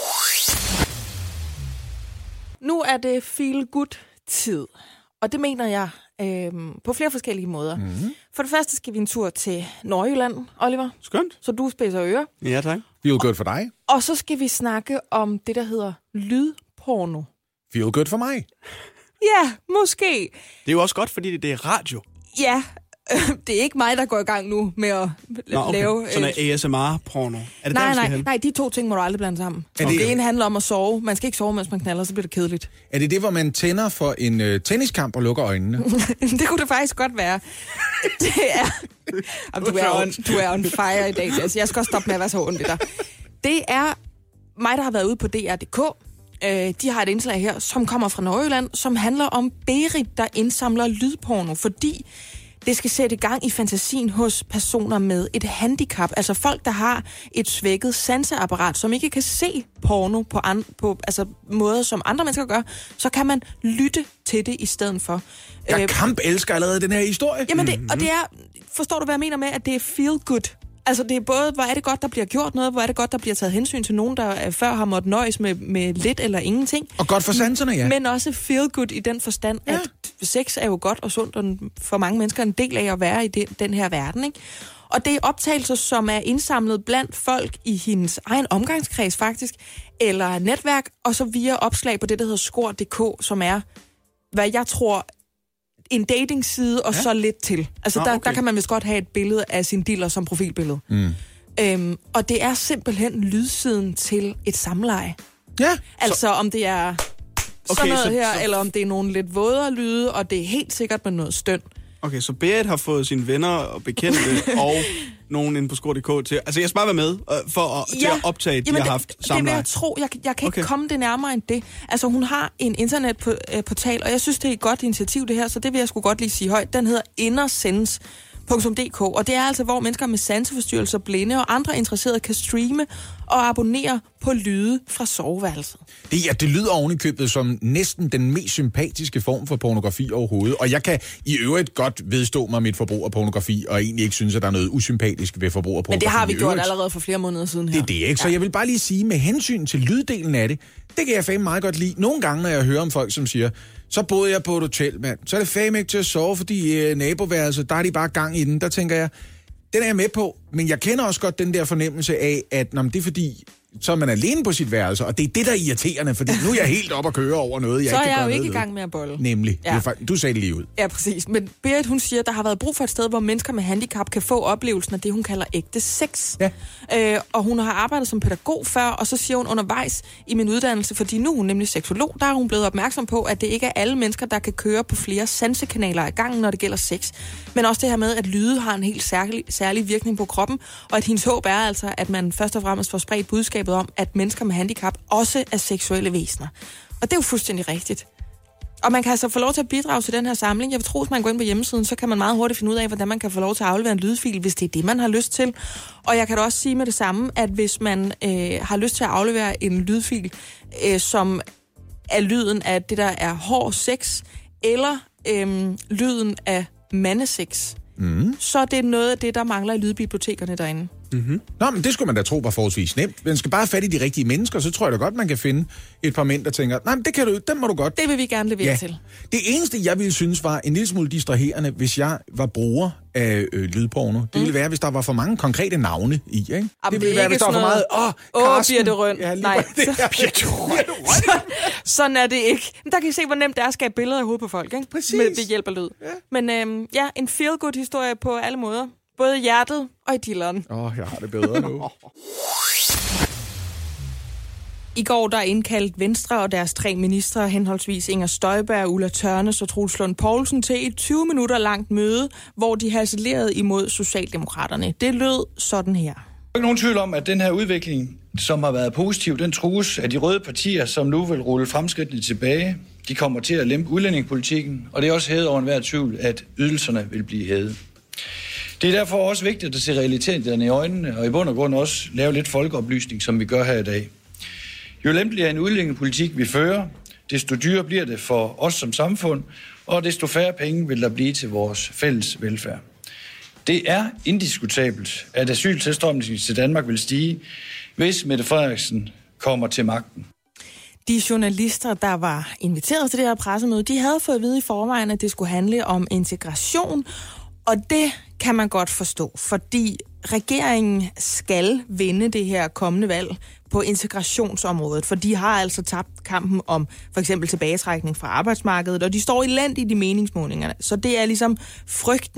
Nu er det feel good tid. Og det mener jeg øhm, på flere forskellige måder. Mm-hmm. For det første skal vi en tur til Nordjylland, Oliver. Skønt. Så du spidser ører. Ja, tak. Feel good for dig. Og så skal vi snakke om det, der hedder lydporno. Feel good for mig. Ja, måske. Det er jo også godt, fordi det er radio. Ja, det er ikke mig, der går i gang nu med at Nå, okay. lave... Sådan en A S M R-porno. Er det nej, der, nej, hen? nej, de to ting må du aldrig blande sammen. Er det- Det ene handler om at sove. Man skal ikke sove, mens man knaller, så bliver det kedeligt. Er det det, hvor man tænder for en øh, tenniskamp og lukker øjnene? Det kunne det faktisk godt være. Det er... Jamen, du, er on, du er on fire i dag. Altså, jeg skal også stoppe med at være så ondt i dig. Det er mig, der har været ude på D R punktum d k. Øh, de har et indslag her, som kommer fra Nordjylland, som handler om Berit, der indsamler lydporno, fordi det skal sætte i gang i fantasien hos personer med et handicap. Altså folk, der har et svækket sanseapparat, som ikke kan se porno på, an, på altså måder, som andre mennesker gør, så kan man lytte til det i stedet for. Jeg Øh, kamp elsker allerede den her historie. Jamen det, og det er, forstår du, hvad jeg mener med, at det er feel good? Altså det er både, hvor er det godt, der bliver gjort noget, hvor er det godt, der bliver taget hensyn til nogen, der før har måttet nøjes med, med lidt eller ingenting. Og godt for sanserne, ja. Men også feel good i den forstand, ja. At sex er jo godt og sundt, og for mange mennesker en del af at være i den, den her verden, ikke? Og det er optagelser, som er indsamlet blandt folk i hendes egen omgangskreds faktisk, eller netværk, og så via opslag på det, der hedder score punktum d k, som er, hvad jeg tror, en datingside og ja. Så lidt til. Altså Nå, der, okay. der kan man vist godt have et billede af sin dealer som profilbillede. Mm. Øhm, og det er simpelthen lydsiden til et samleje. Ja. Altså så... om det er Okay, sådan noget så- her, så- eller om det er nogle lidt vådere lyde, og det er helt sikkert med noget støn. Okay, så Berit har fået sine venner og bekendte og nogen inde på score punktum d k til... Altså, jeg skal bare være med øh, for at, ja. til at optage, de Jamen, har haft det, det vil samleje. jeg tro. Jeg, jeg kan Okay. ikke komme det nærmere end det. Altså, hun har en internetportal, og jeg synes, det er et godt initiativ, det her, så det vil jeg sgu godt lige sige højt. Den hedder innersense punktum d k, og det er altså, hvor mennesker med sanseforstyrrelser, blinde og andre interesserede kan streame og abonnere på lyde fra soveværelset. Det, ja, det lyder ovenikøbet som næsten den mest sympatiske form for pornografi overhovedet. Og jeg kan i øvrigt godt vedstå mig mit forbrug af pornografi, og egentlig ikke synes, at der er noget usympatisk ved forbrug af pornografi. Men det har vi i gjort øvrigt. allerede for flere måneder siden her. Det er det, ikke? Så jeg vil bare lige sige, med hensyn til lyddelen af det, det kan jeg fandme meget godt lide. Nogle gange, når jeg hører om folk, som siger, så boede jeg på et hotel, mand. Så er det fandme ikke til at sove, fordi øh, naboværelset, der er de bare gang i den. Der tænker jeg, den er jeg med på, men jeg kender også godt den der fornemmelse af, at nå, det er fordi, så er man alene på sit værelse, og det er det, der er irriterende, fordi nu er jeg helt op at køre over noget, jeg så ikke er kan jeg gøre jo ikke noget i ved. gang med at bolle. Nemlig. Ja. Ja. Du sagde det lige ud. Ja, præcis. Men Berit, hun siger, at der har været brug for et sted, hvor mennesker med handicap kan få oplevelsen af det, hun kalder ægte sex. Ja. Øh, og hun har arbejdet som pædagog før, og så siger hun undervejs i min uddannelse, fordi nu er hun nemlig seksolog, der er hun blevet opmærksom på, at det ikke er alle mennesker, der kan køre på flere sansekanaler i gangen, når det gælder sex. Men også det her med, at lyde har en helt særlig, særlig virkning på kroppen, og at hendes håb er altså, at man først og fremmest får spredt budskabet om, at mennesker med handicap også er seksuelle væsener. Og det er jo fuldstændig rigtigt. Og man kan altså få lov til at bidrage til den her samling. Jeg vil tro, hvis man går ind på hjemmesiden, så kan man meget hurtigt finde ud af, hvordan man kan få lov til at aflevere en lydfil, hvis det er det, man har lyst til. Og jeg kan da også sige med det samme, at hvis man øh, har lyst til at aflevere en lydfil, øh, som er lyden af det, der er hård sex, eller øh, lyden af mandesex, mm. så er det noget af det, der mangler i lydbibliotekerne derinde. Mm-hmm. Nå, men det skulle man da tro var forholdsvis nemt. Man skal bare have fat i de rigtige mennesker, så tror jeg da godt, man kan finde et par mænd, der tænker, nej, men det kan du, den må du godt. Det vil vi gerne levere Ja. til. Det eneste, jeg ville synes, var en lille smule distraherende, hvis jeg var bruger af øh, lydporno. Det ville være, hvis der var for mange konkrete navne i, ikke? Jamen, det det ville er være, ikke hvis der var for sådan meget, noget, åh, åh, Carsten. Birte Røn. Ja, lige Nej. præcis. Det er Birte Røn. Så, sådan er det ikke. Men der kan I se, hvor nemt det er at skabe billeder i hovedet på folk, ikke? Præcis. Med, ved hjælp af lyd. Ja. Men øhm, ja, en feel-good historie på alle måder. Både i hjertet og i dilleren. Åh, oh, jeg har det bedre nu. I går der indkaldt Venstre og deres tre ministre, henholdsvis Inger Støjberg, Ulla Tørnes og Troels Lund Poulsen, til et tyve minutter langt møde, hvor de harcelerede imod Socialdemokraterne. Det lød sådan her. Der er ikke nogen tvivl om, at den her udvikling, som har været positiv, den trues af de røde partier, som nu vil rulle fremskridtene tilbage. De kommer til at lempe udlændingepolitikken, og det er også hævet over enhver tvivl, at ydelserne vil blive hævet. Det er derfor også vigtigt at se realiteterne i øjnene, og i bund og grund også lave lidt folkeoplysning, som vi gør her i dag. Jo lempeligere en udlændingepolitik vi fører, desto dyrere bliver det for os som samfund, og desto færre penge vil der blive til vores fælles velfærd. Det er indiskutabelt, at asyltilstrømningen til Danmark vil stige, hvis Mette Frederiksen kommer til magten. De journalister, der var inviteret til det her pressemøde, de havde fået at vide i forvejen, at det skulle handle om integration, og det kan man godt forstå, fordi regeringen skal vinde det her kommende valg på integrationsområdet, for de har altså tabt kampen om for eksempel tilbagetrækning fra arbejdsmarkedet, og de står elendigt i meningsmålingerne. Så det er ligesom frygten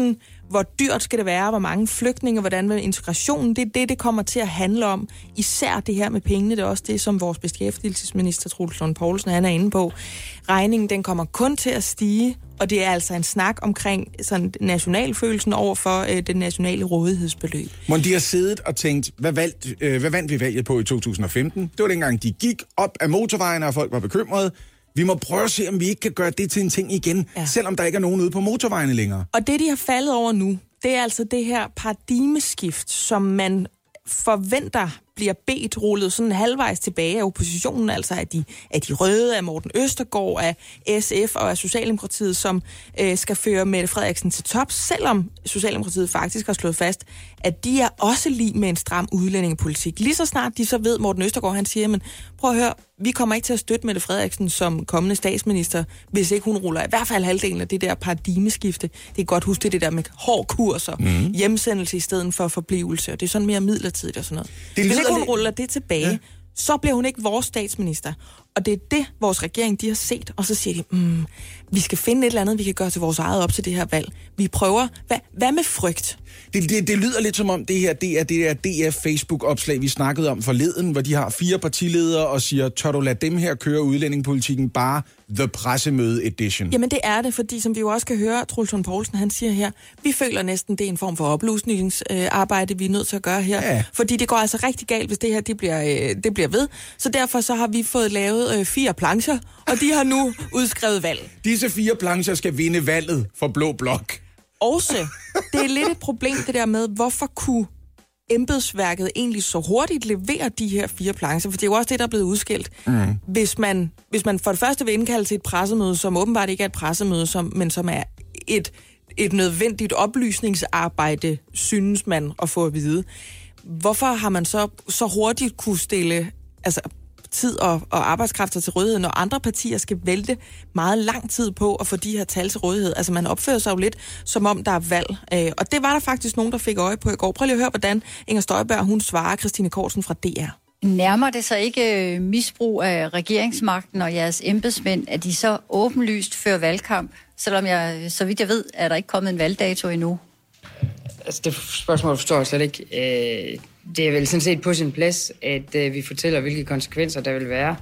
hvor dyrt skal det være, hvor mange flygtninge, hvordan med integrationen, det er det, det kommer til at handle om. Især det her med pengene, det er også det, som vores beskæftigelsesminister Troels Lund Poulsen, han er inde på. Regningen, den kommer kun til at stige, og det er altså en snak omkring sådan nationalfølelsen over for øh, det nationale rådighedsbeløb. Men de har siddet og tænkt, hvad, valgt, øh, hvad vandt vi valget på i to tusind og femten? Det var dengang, de gik op af motorvejene, og folk var bekymrede. Vi må prøve at se, om vi ikke kan gøre det til en ting igen, ja. Selvom der ikke er nogen ude på motorvejene længere. Og det, de har faldet over nu, det er altså det her paradigmeskift, som man forventer bliver bedt rullet sådan halvvejs tilbage af oppositionen, altså af de, af de røde, af Morten Østergaard, af S F og af Socialdemokratiet, som øh, skal føre Mette Frederiksen til top, selvom Socialdemokratiet faktisk har slået fast, at de er også lige med en stram udlændingepolitik. Lige så snart de så ved, Morten Østergaard, han siger, men prøv at høre, vi kommer ikke til at støtte Mette Frederiksen som kommende statsminister, hvis ikke hun ruller i hvert fald halvdelen af det der paradigmeskifte. Det er godt huske det, det der med hård kurs og mm. hjemsendelse i stedet for forblivelse, og det er sådan mere midlertidigt og sådan noget. Det hvis ikke hun ruller det tilbage, ja. Så bliver hun ikke vores statsminister. Og det er det, vores regering, de har set, og så siger de, mm, vi skal finde et eller andet, vi kan gøre til vores eget op til det her valg. Vi prøver. Hvad, hvad med frygt? Det, det, det lyder lidt som om, det her det er det er D F Facebook-opslag, vi snakkede om forleden, hvor de har fire partiledere og siger, tør du lade dem her køre udlændingepolitikken, bare The Pressemøde Edition? Jamen det er det, fordi som vi jo også kan høre, Troels Lund Poulsen, han siger her, vi føler næsten, det er en form for oplysningsarbejde, vi er nødt til at gøre her. Ja. Fordi det går altså rigtig galt, hvis det her det bliver, øh, det bliver ved. Så derfor så har vi fået lavet øh, fire plancher, og de har nu udskrevet valg. Disse fire plancher skal vinde valget for Blå Blok. Også, det er lidt et problem, det der med, hvorfor kunne embedsværket egentlig så hurtigt levere de her fire plancher? For det er jo også det, der er blevet udskilt. Mm. Hvis, man, hvis man for det første vil indkalde til et pressemøde, som åbenbart ikke er et pressemøde, som, men som er et, et nødvendigt oplysningsarbejde, synes man at få at vide. Hvorfor har man så, så hurtigt kunne stille altså, tid og, og arbejdskræfter til rådighed, når andre partier skal vælte meget lang tid på at få de her tal til rådighed? Altså man opfører sig jo lidt, som om der er valg. Øh, og det var der faktisk nogen, der fik øje på i går. Prøv lige at høre, hvordan Inger Støjberg, hun svarer Christine Kortsen fra D R. Nærmer det så ikke misbrug af regeringsmagten og jeres embedsmænd, at de så åbenlyst fører valgkamp? Selvom jeg, så vidt jeg ved, er der ikke kommet en valgdato endnu. Altså det spørgsmål forstår jeg slet ikke. Øh, det er vel sådan set på sin plads, at øh, vi fortæller, hvilke konsekvenser der vil være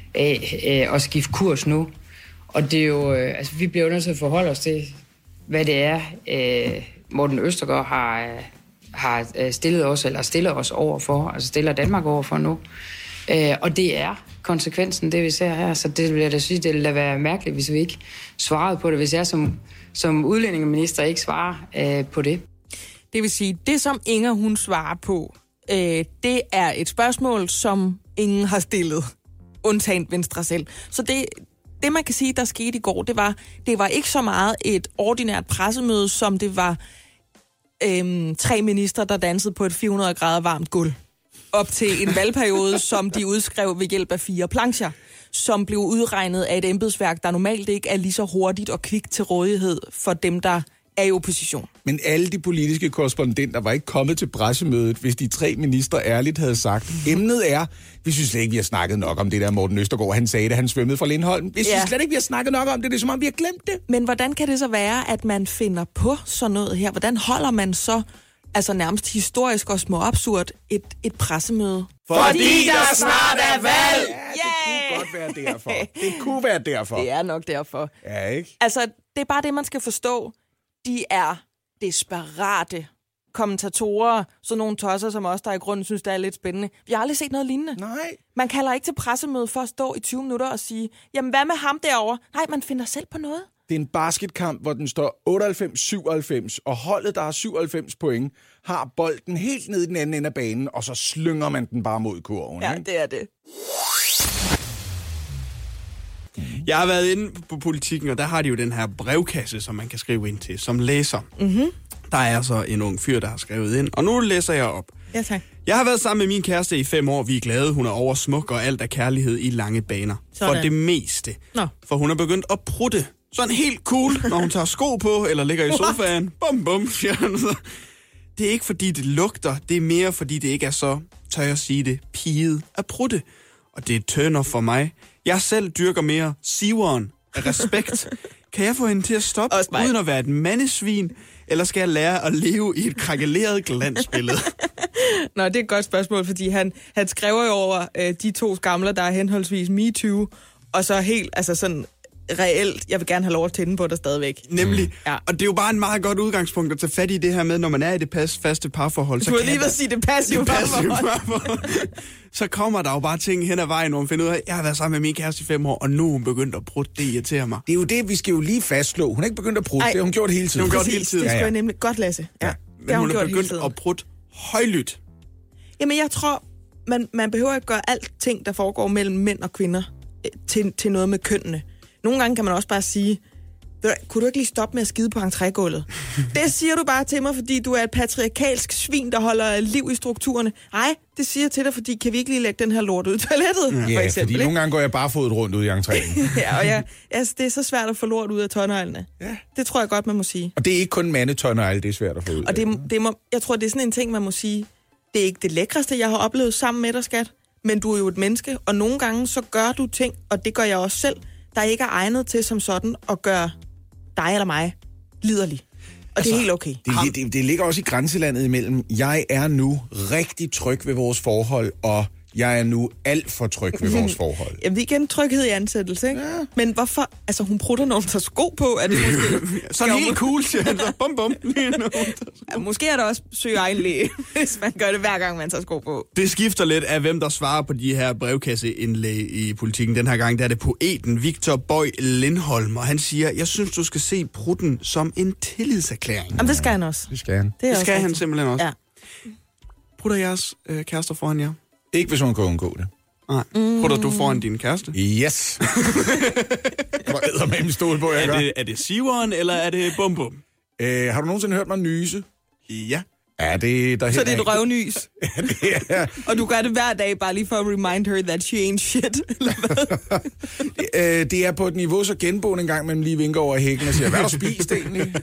af øh, at skifte kurs nu. Og det er jo, øh, altså vi bliver jo nødt til at forholde os til, hvad det er, øh, Morten Østergaard har, øh, har stillet os, eller stiller os over for, altså stiller Danmark over for nu. Øh, og det er konsekvensen, det vi ser her. Så det vil jeg da sige, det ville da være mærkeligt, hvis vi ikke svarede på det, hvis jeg som, som udlændingeminister ikke svarer øh, på det. Det vil sige, det som Inger hun svarer på, øh, det er et spørgsmål, som ingen har stillet, undtagen Venstre selv. Så det, det man kan sige, der skete i går, det var, det var ikke så meget et ordinært pressemøde, som det var øh, tre ministre, der dansede på et fire hundrede grader varmt gulv op til en valgperiode, som de udskrev ved hjælp af fire plancher, som blev udregnet af et embedsværk, der normalt ikke er lige så hurtigt og kvikt til rådighed for dem, der er i opposition. Men alle de politiske korrespondenter var ikke kommet til pressemødet, hvis de tre ministre ærligt havde sagt, emnet er, vi synes slet ikke, vi har snakket nok om det der Morten Østergaard, han sagde det, han svømmede fra Lindholm. Vi synes ja. slet ikke, vi har snakket nok om det, det er som om, vi har glemt det. Men hvordan kan det så være, at man finder på sådan noget her? Hvordan holder man så, altså nærmest historisk og små absurd, et, et pressemøde? Fordi der snart er valg! Ja, yeah! det kunne godt være derfor. Det kunne være derfor. Det er nok derfor. Ja, ikke? Altså, det er bare det, man skal forstå. De er desperate kommentatorer, sådan nogle tosser som os, der i grunden synes, det er lidt spændende. Vi har aldrig set noget lignende. Nej. Man kalder ikke til pressemøde for at stå i tyve minutter og sige, jamen hvad med ham derovre? Nej, man finder selv på noget. Det er en basketkamp, hvor den står otteoghalvfems syvoghalvfems, og holdet, der har syvoghalvfems point, har bolden helt ned i den anden ende af banen, og så slynger man den bare mod kurven. Ja, ikke? det er det. Jeg har været inde på Politikken, og der har de jo den her brevkasse, som man kan skrive ind til, som læser. Mm-hmm. Der er så en ung fyr, der har skrevet ind, og nu læser jeg op. Ja, tak. Jeg har været sammen med min kæreste i fem år. Vi er glade. Hun er oversmuk, og alt er kærlighed i lange baner. Sådan. For det meste. Nå. For hun er begyndt at prutte. Sådan helt cool, når hun tager sko på, eller ligger i sofaen. Bum, bum, siger han så. Det er ikke, fordi det lugter. Det er mere, fordi det ikke er så, tør jeg sige det, piget at prutte. Og det er turn-off for mig. Jeg selv dyrker mere siveren af respekt. Kan jeg få hende til at stoppe, uden at være et mandesvin? eller skal jeg lære at leve i et krakeleret glansbillede? Nå, det er et godt spørgsmål, fordi han, han skriver jo over øh, de to skamler, der er henholdsvis MeToo, og så helt, altså sådan reelt, jeg vil gerne have lov at tænde på dig stadigvæk. Nemlig. Mm. Ja. Og det er jo bare en meget godt udgangspunkt at tage fat i det her med, når man er i det pas, faste parforhold. Du har lige ved at sige det passive parforhold. Så kommer der jo bare ting hen ad vejen, hvor man finder ud af, jeg har været sammen med min kæreste i fem år, og nu er hun begyndt at prutte. Det irriterer mig. Det er jo det, vi skal jo lige fastslå. Hun er ikke begyndt at prutte, det har hun gjort hele tiden. Hun Præcis, gjort hele tiden. det skulle Ja, ja. jeg nemlig godt læse. Ja. Ja. Men Det har hun, hun hun er gjort begyndt at prutte højlydt. Jamen, jeg tror, man, man behøver ikke gøre alt ting, der foregår mellem mænd og kvinder, til, til noget med kønnene. Nogle gange kan man også bare sige, kunne du ikke lige stoppe med at skide på entrégulvet? Det siger du bare til mig, fordi du er et patriarkalsk svin, der holder liv i strukturerne. Nej, det siger jeg til dig, fordi kan vi ikke lige lægge den her lort ud i toilettet? Ja, for eksempel, fordi ikke? nogle gange går jeg bare fodet rundt ud i entréen. Ja, og jeg, altså, det er så svært at få lort ud af tåneglene. Ja. Det tror jeg godt, man må sige. Og det er ikke kun mandetånegle, det er svært at få ud. Og det, det må, jeg tror, det er sådan en ting, man må sige, det er ikke det lækreste, jeg har oplevet sammen med dig, skat, men du er jo et menneske, og nogle gange så gør du ting, og det gør jeg også selv, der ikke er egnet til som sådan at gøre dig eller mig liderlig. Og altså, det er helt okay. Det, det, det ligger også i grænselandet imellem, jeg er nu rigtig tryg ved vores forhold, og jeg er nu alt for tryg ved vores forhold. Jamen, det er igen tryghed i ansættelse, ikke? Ja. Men hvorfor? Altså, hun prutter, når hun tager sko på. Er det måske... Sådan helt cool, siger han så. Bum, bum. Ja, måske er der også søge egen læge, hvis man gør det hver gang, man tager sko på. Det skifter lidt af, hvem der svarer på de her brevkasseindlæg i politikken. Den her gang der er det poeten Victor Bøj Lindholm, og han siger, jeg synes, du skal se prutten som en tillidserklæring. Jamen, det skal han også. Det skal han. Det, er Det skal også han rigtigt. simpelthen også. Ja. Prutter jeres øh, kærester foran jer? Ikke hvis hun kan undgå det. Nej. Mm. Prutter du foran din kæreste? Yes. Hvor æder med en stol på, jeg gør. Er det, er det siveren, eller er det bum bum? Øh, har du nogensinde hørt mig nyse? Ja. Ja, det der Så det er et røvnys. Ja, det er. Og du gør det hver dag, bare lige for at remind her that she ain't shit. Eller hvad? øh, det er på et niveau, så genboen en gang mellem lige vinker over hækken og siger, hvad har du spist egentlig?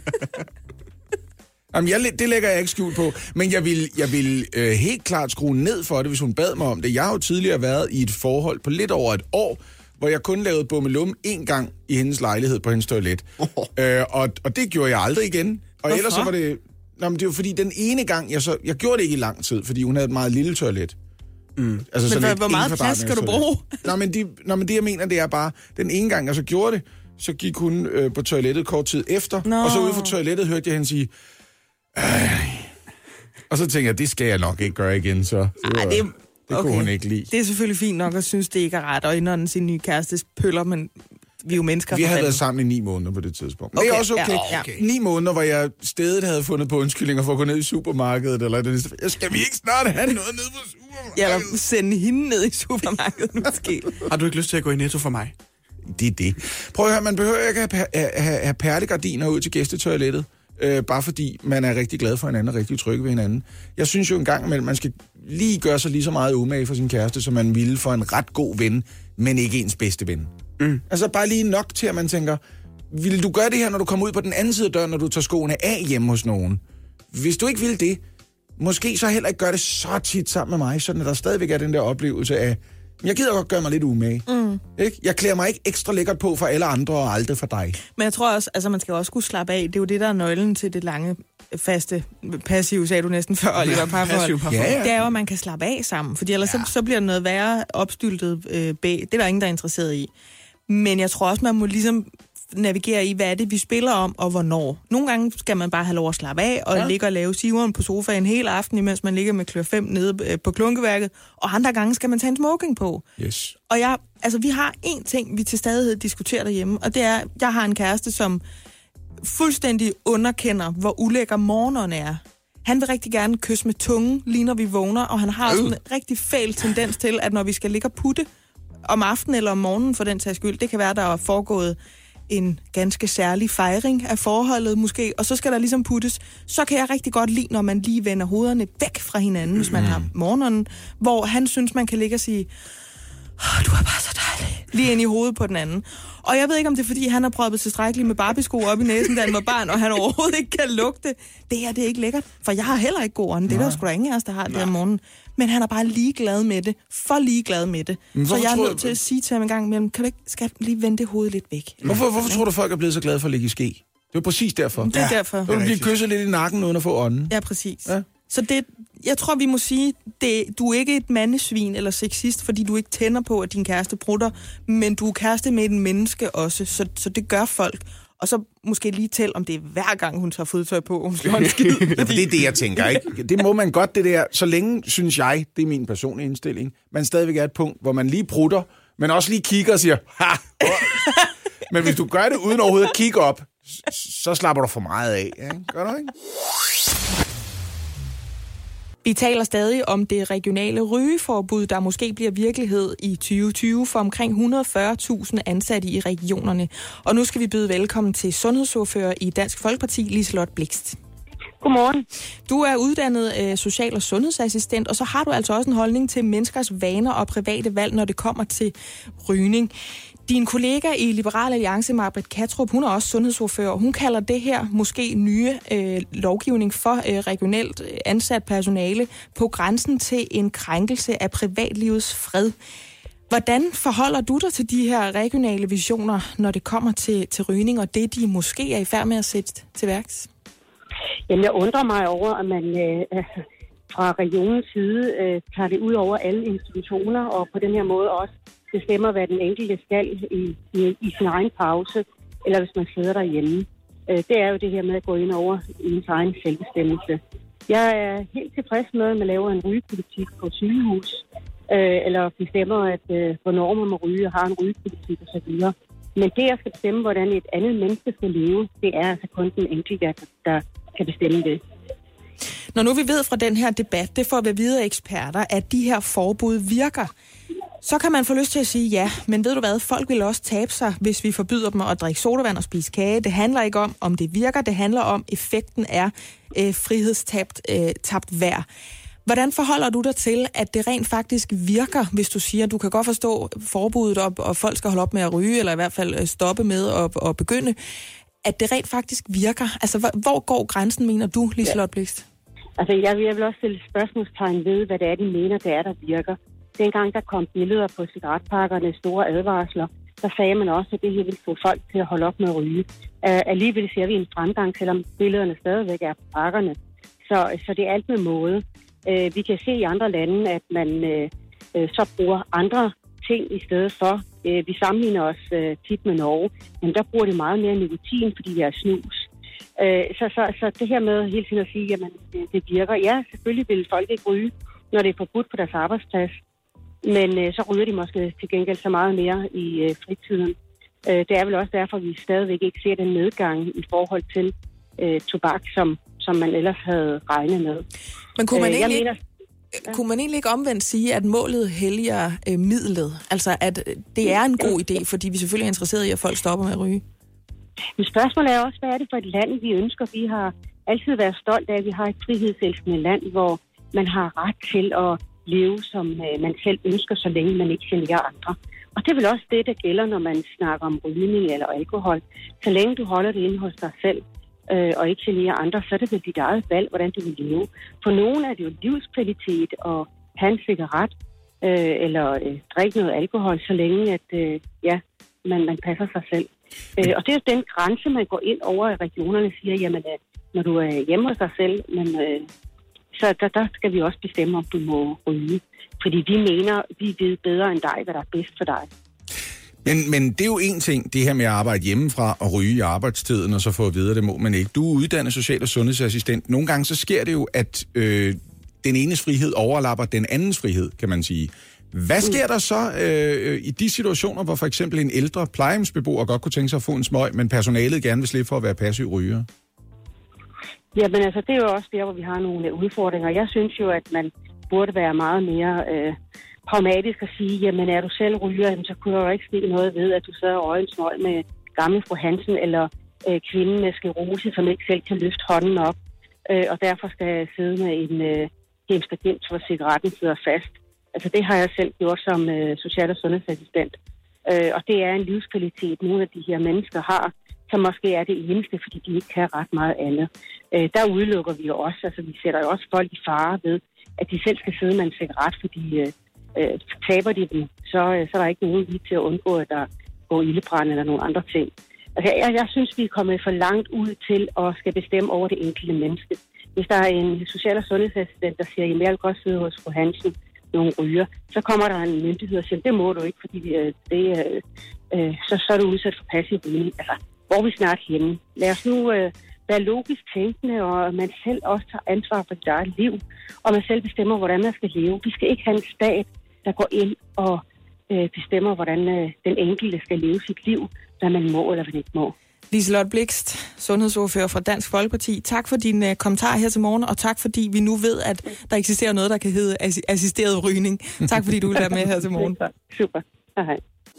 Jamen, jeg, det lægger jeg ikke skjult på, men jeg vil, jeg vil øh, helt klart skrue ned for det, hvis hun bad mig om det. Jeg har jo tidligere været i et forhold på lidt over et år, hvor jeg kun lavede bummelum én gang i hendes lejlighed på hendes toilet. Oh. Øh, og, og det gjorde jeg aldrig igen. Og Hvorfor? ellers så var det... Nå, men det var fordi den ene gang, jeg så... Jeg gjorde det ikke i lang tid, fordi hun havde et meget lille toilet. Mm. Altså Men sådan hvor et meget en plads skal du kvadratmeter bruge? Nå, men, de, nå, men det jeg mener, det er bare... Den ene gang, jeg så gjorde det, så gik hun øh, på toilettet kort tid efter. Nå. Og så ude fra toilettet hørte jeg hende sige... Ej. Og så tænkte jeg, det skal jeg nok ikke gøre igen, så... Det, var, Ej, det, det kunne hun ikke lide. Det er selvfølgelig fint nok at synes, det ikke er ret, og indånden sin nye kærestes pøller, men vi er jo mennesker. Vi for havde fanden. været sammen i ni måneder på det tidspunkt. Men Okay, det er også okay. ja, okay. Ni måneder, hvor jeg stedet havde fundet på undskyldninger for at gå ned i supermarkedet, eller det. Jeg skal vi ikke snart have noget ned på supermarkedet? Ja, eller sende hende ned i supermarkedet, måske. Har du ikke lyst til at gå i Netto for mig? Det er det. Prøv at høre, man behøver ikke at have, have, have perlegardiner ud til gæstetoilettet, øh, bare fordi man er rigtig glad for hinanden og rigtig tryg ved hinanden. Jeg synes jo en gang imellem, man skal lige gøre sig lige så meget umage for sin kæreste, som man ville for en ret god ven, men ikke ens bedste ven. Mm. Altså bare lige nok til, at man tænker, vil du gøre det her, når du kommer ud på den anden side af døren, når du tager skoene af hjemme hos nogen? Hvis du ikke vil det, måske så heller ikke gøre det så tit sammen med mig, sådan at der stadigvæk er den der oplevelse af, jeg gider godt gøre mig lidt umage. Mm. Ikke? Jeg klæder mig ikke ekstra lækkert på for alle andre og aldrig for dig. Men jeg tror også, altså man skal også kunne slappe af. Det er jo det, der er nøglen til det lange, faste, passive, sagde du næsten før, Oliver, parforhold. Ja, ja. Det er jo, at man kan slappe af sammen, fordi ellers ja. så, så bliver det noget værre opstyltet øh, bag. Det er der ingen, der er interesseret i. Men jeg tror også, man må ligesom navigere i, hvad er det, vi spiller om, og hvornår. Nogle gange skal man bare have lov at slappe af, og ja. ligge og lave siveren på sofaen hele aften, imens man ligger med klør fem nede på klunkeværket, og andre gange skal man tage en smoking på. Yes. Og jeg, altså, vi har én ting, vi til stadighed diskuterer derhjemme, og det er, jeg har en kæreste, som fuldstændig underkender, hvor ulækker morgenerne er. Han vil rigtig gerne kysse med tungen, lige når vi vågner, og han har også en rigtig fæl tendens til, at når vi skal ligge og putte om aftenen eller om morgenen for den sags skyld, det kan være, der er foregået en ganske særlig fejring af forholdet måske, og så skal der ligesom puttes. Så kan jeg rigtig godt lide, når man lige vender hovederne væk fra hinanden, hvis man har morgenen, hvor han synes, man kan ligge og sige, oh, du er bare så dejlig, lige ind i hovedet på den anden. Og jeg ved ikke, om det er, fordi han har prøvet tilstrækkeligt med Barbie-sko op i næsen, da han var barn, og han overhovedet ikke kan lugte. Det her, det er ikke lækkert, for jeg har heller ikke god ånd. Det er der sgu da ingen af os, der har det om morgenen. Men han er bare ligeglad med det. For ligeglad med det. Så jeg er nødt til at sige til ham en gang imellem, kan du ikke, skal lige vende det hoved lidt væk? Hvorfor, hvorfor tror du, folk er blevet så glade for at ligge i ske? Det er præcis derfor. Det er ja, derfor. Du vil blive kysset lidt i nakken uden at få ånden. Ja, præcis. Ja. Så det, jeg tror, vi må sige, det, du er ikke et mandesvin eller sexist, fordi du ikke tænder på, at din kæreste prutter, men du er kæreste med en menneske også, så, så det gør folk. Og så måske lige tæl, om det er hver gang, hun tager fodtøj på, hun slår en skid. Fordi... ja, det er det, jeg tænker, ikke? Det må man godt, det der. Så længe, synes jeg, det er min personlige indstilling, man stadigvæk er et punkt, hvor man lige prutter, men også lige kigger og siger, ha! Men hvis du gør det uden overhovedet at kigge op, så slapper du for meget af. Ja, gør du ikke? Vi taler stadig om det regionale rygeforbud, der måske bliver virkelighed i tyve tyve for omkring et hundrede og fyrre tusind ansatte i regionerne. Og nu skal vi byde velkommen til sundhedsordfører i Dansk Folkeparti, Liselott Blixt. Godmorgen. Du er uddannet øh, social- og sundhedsassistent, og så har du altså også en holdning til menneskers vaner og private valg, når det kommer til rygning. Din kollega i Liberal Alliance, Maj-Britt Kattrup, hun er også sundhedsordfører, og hun kalder det her måske nye øh, lovgivning for øh, regionalt ansat personale på grænsen til en krænkelse af privatlivets fred. Hvordan forholder du dig til de her regionale visioner, når det kommer til, til rygning, og det de måske er i færd med at sætte til værks? Jamen, jeg undrer mig over, at man øh, fra regionens side øh, tager det ud over alle institutioner, og på den her måde også bestemmer, hvad den enkelte skal i, i, i sin egen pause, eller hvis man sidder derhjemme. Øh, det er jo det her med at gå ind over ens egen selvbestemmelse. Jeg er helt tilfreds med, at man laver en rygepolitik på sygehus, øh, eller bestemmer, at øh, hvornår man må ryge og har en rygepolitik osv. Men det, jeg skal bestemme, hvordan et andet menneske skal leve, det er altså kun den enkelte, der, der kan bestemme det. Når nu vi ved fra den her debat, det får vi videre eksperter, at de her forbud virker, så kan man få lyst til at sige ja, men ved du hvad, folk vil også tabe sig, hvis vi forbyder dem at drikke sodavand og spise kage. Det handler ikke om, om det virker, det handler om, effekten er øh, frihedstabt øh, tabt værd. Hvordan forholder du dig til, at det rent faktisk virker, hvis du siger, at du kan godt forstå forbuddet op, og folk skal holde op med at ryge, eller i hvert fald stoppe med at, at begynde, at det rent faktisk virker? Altså, hvor går grænsen, mener du, Liselott Blixt? Altså, jeg vil, jeg vil også stille spørgsmålstegn ved, hvad det er, de mener, det er, der virker. Dengang der kom billeder på cigaretpakkerne, store advarsler, der sagde man også, at det her ville få folk til at holde op med at ryge. Uh, alligevel ser vi en fremgang, selvom billederne stadigvæk er på pakkerne. Så, så det er alt med måde. Uh, vi kan se i andre lande, at man uh, uh, så bruger andre ting i stedet for. Uh, vi sammenligner os uh, tit med Norge, men der bruger de meget mere nikotin, fordi det er snus. Uh, så, så, så det her med hele tiden at sige, at det, det virker. Ja, selvfølgelig vil folk ikke ryge, når det er forbudt på deres arbejdsplads. Men øh, så ryger de måske til gengæld så meget mere i øh, fritiden. Øh, det er vel også derfor, at vi stadigvæk ikke ser den nedgang i forhold til øh, tobak, som, som man ellers havde regnet med. Men kunne man, øh, egentlig, mener, ikke, ja. kunne man egentlig ikke omvendt sige, at målet helliger øh, midlet? Altså, at det er en god idé, fordi vi selvfølgelig er interesseret i, at folk stopper med at ryge? Men spørgsmålet er også, hvad er det for et land, vi ønsker? Vi har altid været stolt af, at vi har et frihedselskende land, hvor man har ret til at leve, som øh, man selv ønsker, så længe man ikke generer andre. Og det er vel også det, der gælder, når man snakker om rygning eller alkohol. Så længe du holder det inde hos dig selv, øh, og ikke generer andre, så er det vel dit eget valg, hvordan du vil leve. For nogen er det jo livskvalitet at have en cigaret, øh, eller øh, drikke noget alkohol, så længe at øh, ja, man, man passer sig selv. Øh, og det er den grænse, man går ind over i regionerne og siger, jamen, øh, når du er hjemme hos dig selv, men... Øh, Så der, der skal vi også bestemme, om du må ryge. Fordi vi mener, vi ved bedre end dig, hvad der er bedst for dig. Men, men det er jo en ting, det her med at arbejde hjemmefra og ryge i arbejdstiden, og så få at vide, det må man ikke. Du er uddannet social- og sundhedsassistent. Nogle gange så sker det jo, at øh, den enes frihed overlapper den andens frihed, kan man sige. Hvad sker der så øh, i de situationer, hvor for eksempel en ældre plejehjemsbeboer godt kunne tænke sig at få en smøg, men personalet gerne vil slippe for at være passiv ryger? Ja, men altså, det er jo også der, hvor vi har nogle udfordringer. Jeg synes jo, at man burde være meget mere øh, pragmatisk og sige, jamen er du selv ryger, så kunne der jo ikke ske noget ved, at du sidder og røger en smøg med gamle fru Hansen, eller øh, kvinden med sklerose, som ikke selv kan løfte hånden op, øh, og derfor skal sidde med en øh, hemstagent, hvor cigaretten sidder fast. Altså det har jeg selv gjort som øh, social- og sundhedsassistent. Øh, og det er en livskvalitet, nogle af de her mennesker har, som måske er det eneste, fordi de ikke kan ret meget andet. Øh, der udelukker vi jo også, altså vi sætter jo også folk i fare ved, at de selv skal sidde med en cigaret, fordi øh, øh, taber de dem, så, øh, så er der ikke nogen lige til at undgå, at der går ildebrand eller nogle andre ting. Altså, jeg, jeg synes, vi er kommet for langt ud til at skal bestemme over det enkelte menneske. Hvis der er en social- og sundhedsassistent, der siger, at jeg vil godt sidde hos fru Hansen, nogle ryger, så kommer der en myndighed og siger, det må du ikke, fordi øh, det, øh, så, så er du udsat for passiv rygning. Altså, hvor er vi snart hjemme? Lad os nu øh, være logisk tænkende, og man selv også tager ansvar for sit eget liv, og man selv bestemmer, hvordan man skal leve. Vi skal ikke have en stat, der går ind og øh, bestemmer, hvordan øh, den enkelte skal leve sit liv, hvad man må eller hvad man ikke må. Liselotte Blixt, sundhedsordfører fra Dansk Folkeparti. Tak for din uh, kommentar her til morgen, og tak fordi vi nu ved, at der eksisterer noget, der kan hedde assi- assisteret rygning. Tak fordi du vil være med her til morgen. Super. Hej.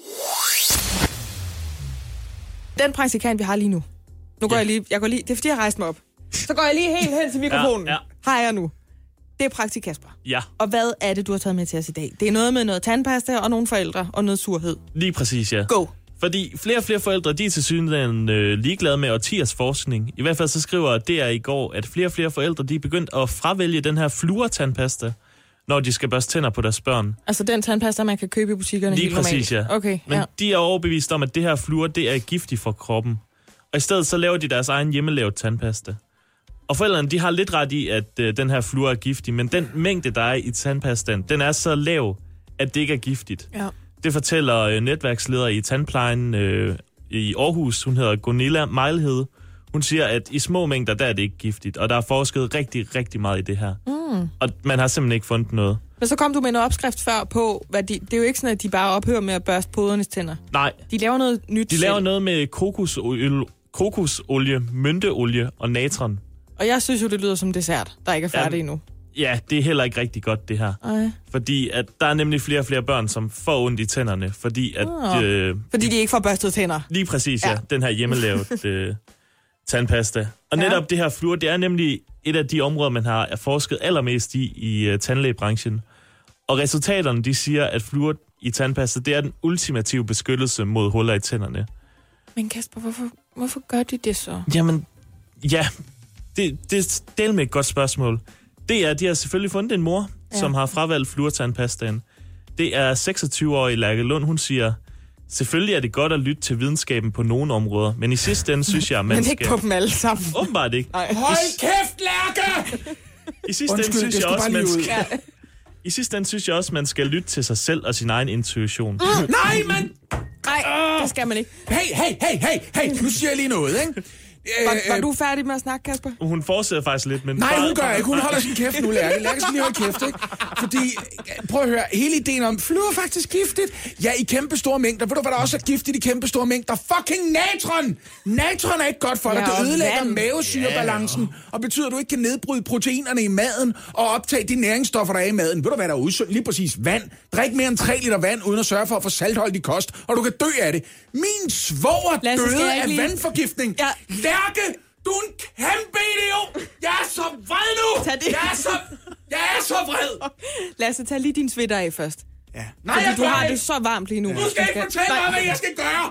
Den praktikant, vi har lige nu. Nu går ja. jeg lige, jeg går lige, det er fordi, jeg rejste mig op. Så går jeg lige helt hen til mikrofonen. Ja, ja. Har jeg nu. Det er praktik Kasper. Ja. Og hvad er det, du har taget med til os i dag? Det er noget med noget tandpasta og nogle forældre og noget surhed. Lige præcis, ja. Go. Fordi flere og flere forældre, de er til synligheden øh, ligeglade med årtiers forskning. I hvert fald så skriver D R i går, at flere og flere forældre, de er begyndt at fravælge den her fluortandpasta, når de skal børste tænder på deres børn. Altså den tandpasta, man kan købe i butikkerne lige helt præcis, normalt. Ja. Okay, Men ja. de er overbevist om, at det her fluor, det er giftigt for kroppen. Og i stedet så laver de deres egen hjemmelavet tandpasta. Og forældrene, de har lidt ret i, at øh, den her fluor er giftig, men den mængde, der er i tandpastaen, den er så lav, at det ikke er giftigt. Ja. Det fortæller øh, netværksleder i tandplejen øh, i Aarhus. Hun hedder Gunilla Mejlhede. Hun siger, at i små mængder, der er det ikke giftigt. Og der er forsket rigtig, rigtig meget i det her. Mm. Og man har simpelthen ikke fundet noget. Men så kom du med en opskrift før på, hvad de, det er jo ikke sådan, at de bare ophører med at børste podernes tænder. Nej. De laver noget nyt De selv. laver noget med kokosolie, kokosolie, mynteolie og natron. Og jeg synes jo, det lyder som dessert, der ikke er færdig ja, endnu. Ja, det er heller ikke rigtig godt, det her. Ej. Fordi at der er nemlig flere og flere børn, som får ondt i tænderne, fordi at... Oh. Øh, fordi de ikke får børstet tænder. Lige præcis, ja. ja. Den her hjemmelavet øh, tandpasta. Og ja. netop det her fluor, det er nemlig et af de områder, man har forsket allermest i i uh, tandlægebranchen. Og resultaterne, de siger, at fluor i tandpasta, det er den ultimative beskyttelse mod huller i tænderne. Men Kasper, hvorfor, hvorfor gør de det så? Jamen, ja, det, det er del med et godt spørgsmål. Det er, de har selvfølgelig fundet en mor, ja. som har fravalgt fluortandpastaen. Det er seksogtyve-årige Lærke Lund, hun siger, selvfølgelig er det godt at lytte til videnskaben på nogle områder, men i sidste ende synes jeg, at man men skal... ikke på dem alle sammen. Åbenbart ikke. Nej. Hold kæft, Lærke! I sidste ende synes jeg også, man skal... Ja. I sidste ende synes jeg også, man skal lytte til sig selv og sin egen intuition. Mm. Nej, man! Nej, det skal man ikke. Hey, hey, hey, hey, hey, nu siger jeg lige noget, ikke? Var, var du færdig med at snakke, Kasper? Hun fortsætter faktisk lidt, men... Nej, hun gør ikke. Hun holder sin kæft nu, Lærke. Lærke skal lige holde kæft, ikke? Fordi, prøv at høre, hele ideen om, fluor er faktisk giftigt. Ja, i kæmpe store mængder. Ved du, hvad der også er giftigt i kæmpe store mængder? Fucking natron! Natron er ikke godt for dig. Ja, det ødelægger mavesyrebalancen, yeah. og betyder, at du ikke kan nedbryde proteinerne i maden og optage de næringsstoffer, der er i maden. Ved du, hvad der er udsundt? Lige præcis vand. Drik mere end tre liter vand, uden at sørge for at få saltholdig kost, og du kan dø af det. Min svoger døde af lige... vandforgiftning. Ja. Lærke, du er en kæmpe idiot! Jeg er så vred nu! Tag det. Jeg er så, jeg er så vred! Lad os tage lige din sweater af først. Ja. Nej, fordi du har det så varmt lige nu. Du skal ikke fortælle mig, hvad jeg skal gøre!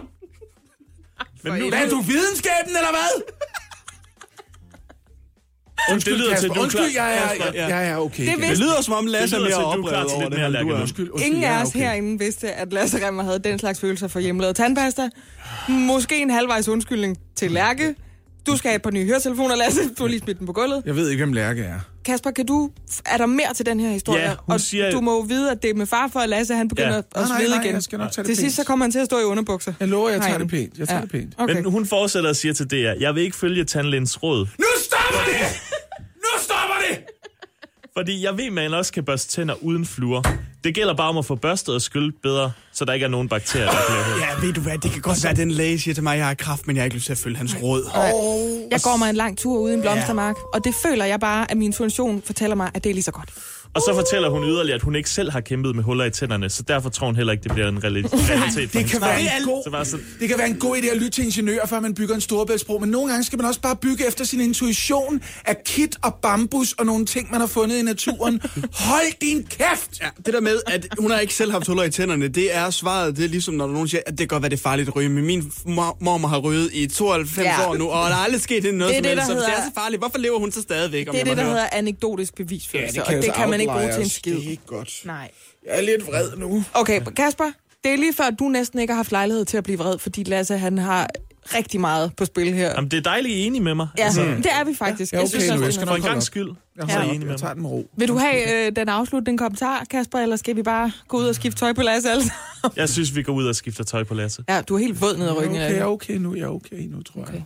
Men nu, hvad er du, videnskaben, eller hvad? Undskyld, det lyder Kasper. Til, Undskyld, jeg er, ja, ja, ja, okay. Det, vidste, det lyder som om Lasse er mere oprevet over det her. Undskyld, undskyld, Ingen af os okay. herinde vidste, at Lasse Remmer havde den slags følelser for hjemmelavet tandpasta. Måske en halvvejs undskyldning til Lærke. Du skal have et par nye høretelefoner, Lasse. Du har lige smidt den på gulvet. Jeg ved ikke, hvem Lærke er. Kasper, kan du, er der mere til den her historie? Ja, og siger... du må jo vide, at det er med far for, at Lasse han begynder ja. at svede igen. Jeg skal nok tage det til sidst så kommer han til at stå i underbukser. Jeg lover, jeg tager det pænt. Jeg tager ja. det pænt. Okay. Men hun fortsætter og siger til D R, jeg vil ikke følge tandlægens råd. Nu stopper det! Nu stopper det! Fordi jeg ved, at man også kan børste tænder uden fluor. Det gælder bare om at få børstet og skyllet bedre, så der ikke er nogen bakterier, der bliver Ja, ved du hvad, det kan godt være, at den læge siger til mig, at jeg har kræft, men jeg har ikke lyst til at følge hans råd. Oh. Jeg går mig en lang tur ude i en blomstermark, ja. og det føler jeg bare, at min intuition fortæller mig, at det er lige så godt. Og så fortæller hun yderligere, at hun ikke selv har kæmpet med huller i tænderne, så derfor tror hun heller ikke, det bliver en realitet for det kan være en god, så sådan... det kan være en god idé at lytte til ingeniører, før man bygger en storebæltsbro, men nogle gange skal man også bare bygge efter sin intuition af kit og bambus og nogle ting, man har fundet i naturen. Hold din kæft! Ja, det der med, at hun har ikke selv haft huller i tænderne, det er svaret. Det er ligesom, når nogen siger, at det kan godt være, det er farligt at ryge, men min mormor har ryget i tooghalvfems ja. år nu, og der er aldrig sket noget som helst, så hedder... det er så farligt. Hvorfor lever hun så stadigvæk? Det er det, der hedder anekdotisk bevisførelse, ja, og det kan man ikke bruge til en skid. Det er ikke godt. Nej. Jeg er lidt vred nu. Okay, Kasper, det er lige før, du næsten ikke har haft lejlighed til at blive vred, fordi Lasse, han har rigtig meget på spil her. Jamen, det er dejligt, I er enige med mig. Ja, altså, det er vi faktisk. Ja, okay, jeg synes, nu. Jeg skal for en gang skyld. Jeg, så er I jeg, enige med jeg tager den med ro. Vil du have øh, den afsluttende kommentar, Kasper, eller skal vi bare gå ud og skifte tøj på Lasse? Altså? Jeg synes, vi går ud og skifter tøj på Lasse. Ja, du er helt våd ned ad ryggen. Okay, okay, nu er jeg okay, nu tror okay. jeg.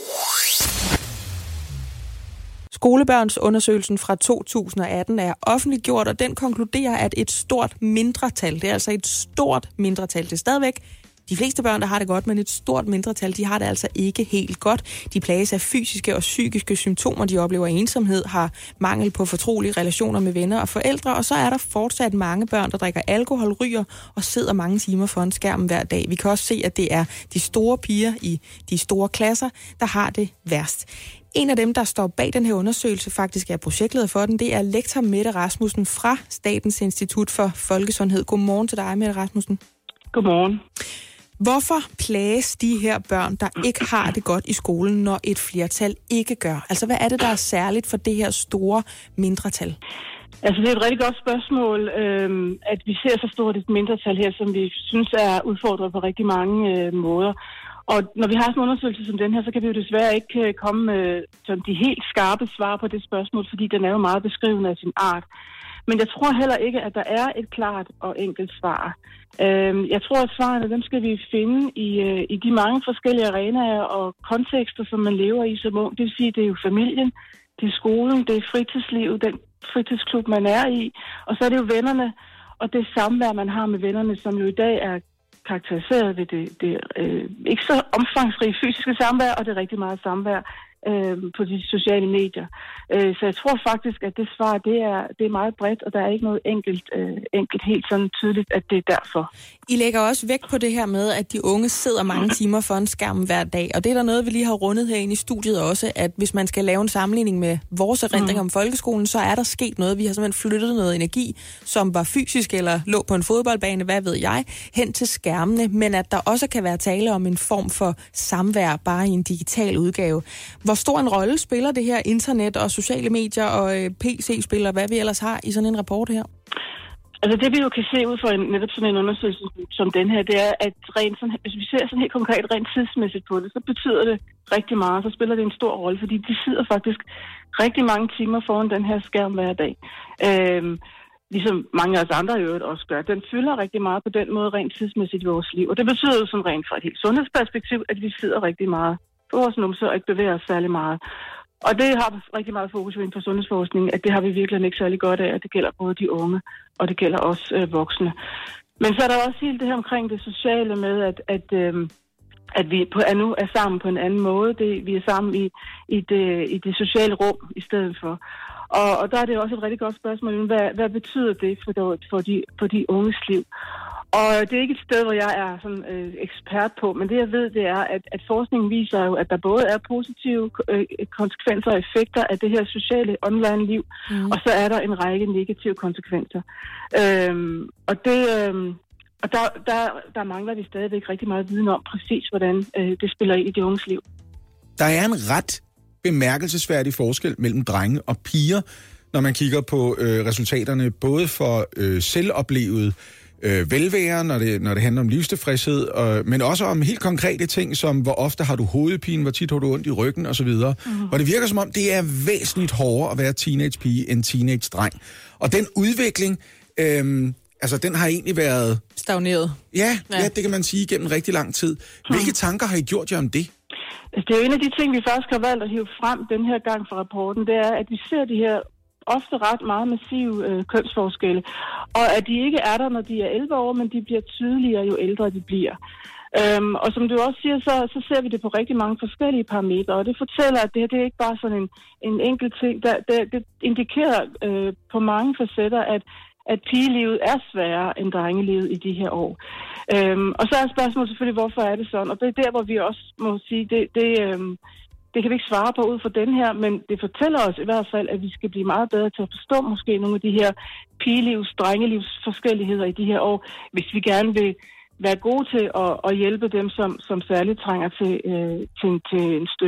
Skolebørnsundersøgelsen fra to tusind atten er offentliggjort, og den konkluderer, at et stort mindretal, det er altså et stort mindretal, det er stadigvæk de fleste børn, der har det godt, men et stort mindretal, de har det altså ikke helt godt. De plages af fysiske og psykiske symptomer, de oplever ensomhed, har mangel på fortrolige relationer med venner og forældre, og så er der fortsat mange børn, der drikker alkohol, ryger og sidder mange timer foran skærmen hver dag. Vi kan også se, at det er de store piger i de store klasser, der har det værst. En af dem, der står bag den her undersøgelse, faktisk er projektleder for den, det er lektor Mette Rasmussen fra Statens Institut for Folkesundhed. Godmorgen til dig, Mette Rasmussen. Godmorgen. Hvorfor plages de her børn, der ikke har det godt i skolen, når et flertal ikke gør? Altså, hvad er det, der er særligt for det her store mindretal? Altså, det er et rigtig godt spørgsmål, øhm, at vi ser så stort et mindretal her, som vi synes er udfordret på rigtig mange øh, måder. Og når vi har sådan en undersøgelse som den her, så kan vi jo desværre ikke øh, komme med øh, de helt skarpe svar på det spørgsmål, fordi den er jo meget beskrivende af sin art. Men jeg tror heller ikke, at der er et klart og enkelt svar. Øhm, jeg tror, at svarene, dem skal vi finde i, øh, i de mange forskellige arenaer og kontekster, som man lever i som ung. Det vil sige, det er jo familien, det er skolen, det er fritidslivet, den fritidsklub, man er i. Og så er det jo vennerne, og det samvær, man har med vennerne, som jo i dag er karakteriseret ved det, det øh, ikke så omfangsrige fysiske samvær, og det er rigtig meget samvær øh, på de sociale medier. Øh, så jeg tror faktisk, at det svar, det er, det er meget bredt, og der er ikke noget enkelt, øh, enkelt helt sådan tydeligt, at det er derfor. I lægger også vægt på det her med, at de unge sidder mange timer foran skærmen hver dag, og det er der noget, vi lige har rundet herinde i studiet også, at hvis man skal lave en sammenligning med vores erindring mm. om folkeskolen, så er der sket noget. Vi har simpelthen flyttet noget energi, som var fysisk eller lå på en fodboldbane, hvad ved jeg, hen til skærmene, men at der også kan være tale om en form for samvær, bare i en digital udgave. Hvor stor en rolle spiller det her internet og sociale medier og P C-spil og hvad vi ellers har i sådan en rapport her? Altså det vi jo kan se ud fra en, netop sådan en undersøgelse som den her, det er, at rent sådan, hvis vi ser sådan helt konkret rent tidsmæssigt på det, så betyder det rigtig meget, så spiller det en stor rolle, fordi de sidder faktisk rigtig mange timer foran den her skærm hver dag. Øhm, ligesom mange af os andre i øvrigt også gør. Den fylder rigtig meget på den måde rent tidsmæssigt i vores liv, og det betyder jo sådan rent fra et helt sundhedsperspektiv, at vi sidder rigtig meget på vores numse og ikke bevæger os særlig meget. Og det har rigtig meget fokus inden for sundhedsforskningen, at det har vi virkelig ikke særlig godt af, at det gælder både de unge, og det gælder også øh, voksne. Men så er der også helt det her omkring det sociale med, at, at, øh, at vi på, at nu er sammen på en anden måde. Det, vi er sammen i, i, det, i det sociale rum i stedet for. Og, og der er det også et rigtig godt spørgsmål, hvad, hvad betyder det for, for, de, for de unges liv? Og det er ikke et sted, hvor jeg er sådan, øh, ekspert på, men det jeg ved, det er, at, at forskningen viser jo, at der både er positive øh, konsekvenser og effekter af det her sociale online-liv, mm. og så er der en række negative konsekvenser. Øhm, og det, øhm, og der, der, der mangler vi stadigvæk rigtig meget viden om præcis, hvordan øh, det spiller ind i de unges liv. Der er en ret bemærkelsesværdig forskel mellem drenge og piger, når man kigger på øh, resultaterne, både for øh, selvoplevet øh, velvære, når det, når det handler om livstilfredshed, øh, men også om helt konkrete ting, som hvor ofte har du hovedpine, hvor tit har du ondt i ryggen osv. Mm. Og det virker som om, det er væsentligt hårdere at være teenagepige end teenage-dreng. Og den udvikling, øh, altså den har egentlig været stagneret. Ja, ja. ja, det kan man sige gennem rigtig lang tid. Hvilke mm. tanker har I gjort jer om det? Det er jo en af de ting, vi faktisk har valgt at hive frem den her gang fra rapporten, det er, at vi ser de her ofte ret meget massive øh, kønsforskelle, og at de ikke er der, når de er elleve år, men de bliver tydeligere, jo ældre de bliver. Øhm, og som du også siger, så, så ser vi det på rigtig mange forskellige parametre, og det fortæller, at det her det er ikke bare sådan en, en enkelt ting. Der, det, det indikerer øh, på mange facetter, at at pigelivet er sværere end drengelivet i de her år. Øhm, og så er spørgsmålet selvfølgelig, hvorfor er det sådan? Og det er der, hvor vi også må sige, det, det, øhm, det kan vi ikke svare på ud fra den her, men det fortæller os i hvert fald, at vi skal blive meget bedre til at forstå måske nogle af de her pigelivs, drengelivs forskelligheder i de her år, hvis vi gerne vil være gode til at, at hjælpe dem, som, som særligt trænger til, øh, til, til en støtte.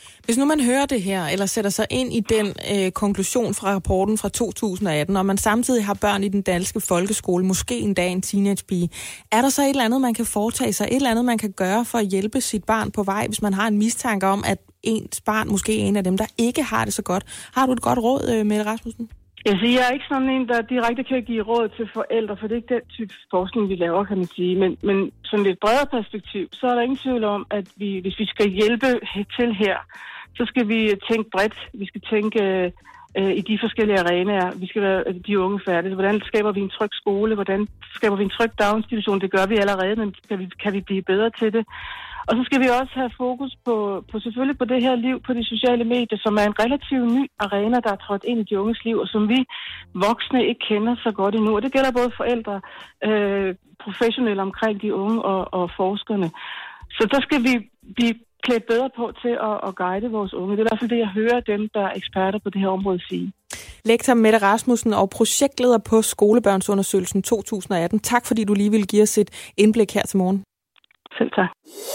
Hvis nu man hører det her, eller sætter sig ind i den øh, konklusion fra rapporten fra to tusind og atten, og man samtidig har børn i den danske folkeskole, måske endda en teenagepige, er der så et eller andet, man kan foretage sig, et eller andet, man kan gøre for at hjælpe sit barn på vej, hvis man har en mistanke om, at ens barn måske er en af dem, der ikke har det så godt? Har du et godt råd, øh, Mette Rasmussen? Altså, jeg er ikke sådan en, der direkte kan give råd til forældre, for det er ikke den type forskning, vi laver, kan man sige. Men, men sådan lidt bredere perspektiv, så er der ingen tvivl om, at vi, hvis vi skal hjælpe til her, så skal vi tænke bredt. Vi skal tænke øh, i de forskellige arenaer. Vi skal være de unge færdige. Hvordan skaber vi en tryg skole? Hvordan skaber vi en tryg daginstitution? Det gør vi allerede, men kan vi, kan vi blive bedre til det? Og så skal vi også have fokus på, på selvfølgelig på det her liv på de sociale medier, som er en relativt ny arena, der er trådt ind i de unges liv, og som vi voksne ikke kender så godt endnu. Og det gælder både forældre, øh, professionelle omkring de unge og, og forskerne. Så der skal vi blive klædt bedre på til at, at guide vores unge. Det er i hvert fald det, jeg hører dem, der er eksperter på det her område, sige. Lektor Mette Rasmussen og projektleder på Skolebørnsundersøgelsen to tusind og atten. Tak fordi du lige ville give os et indblik her til morgen. Selv tak.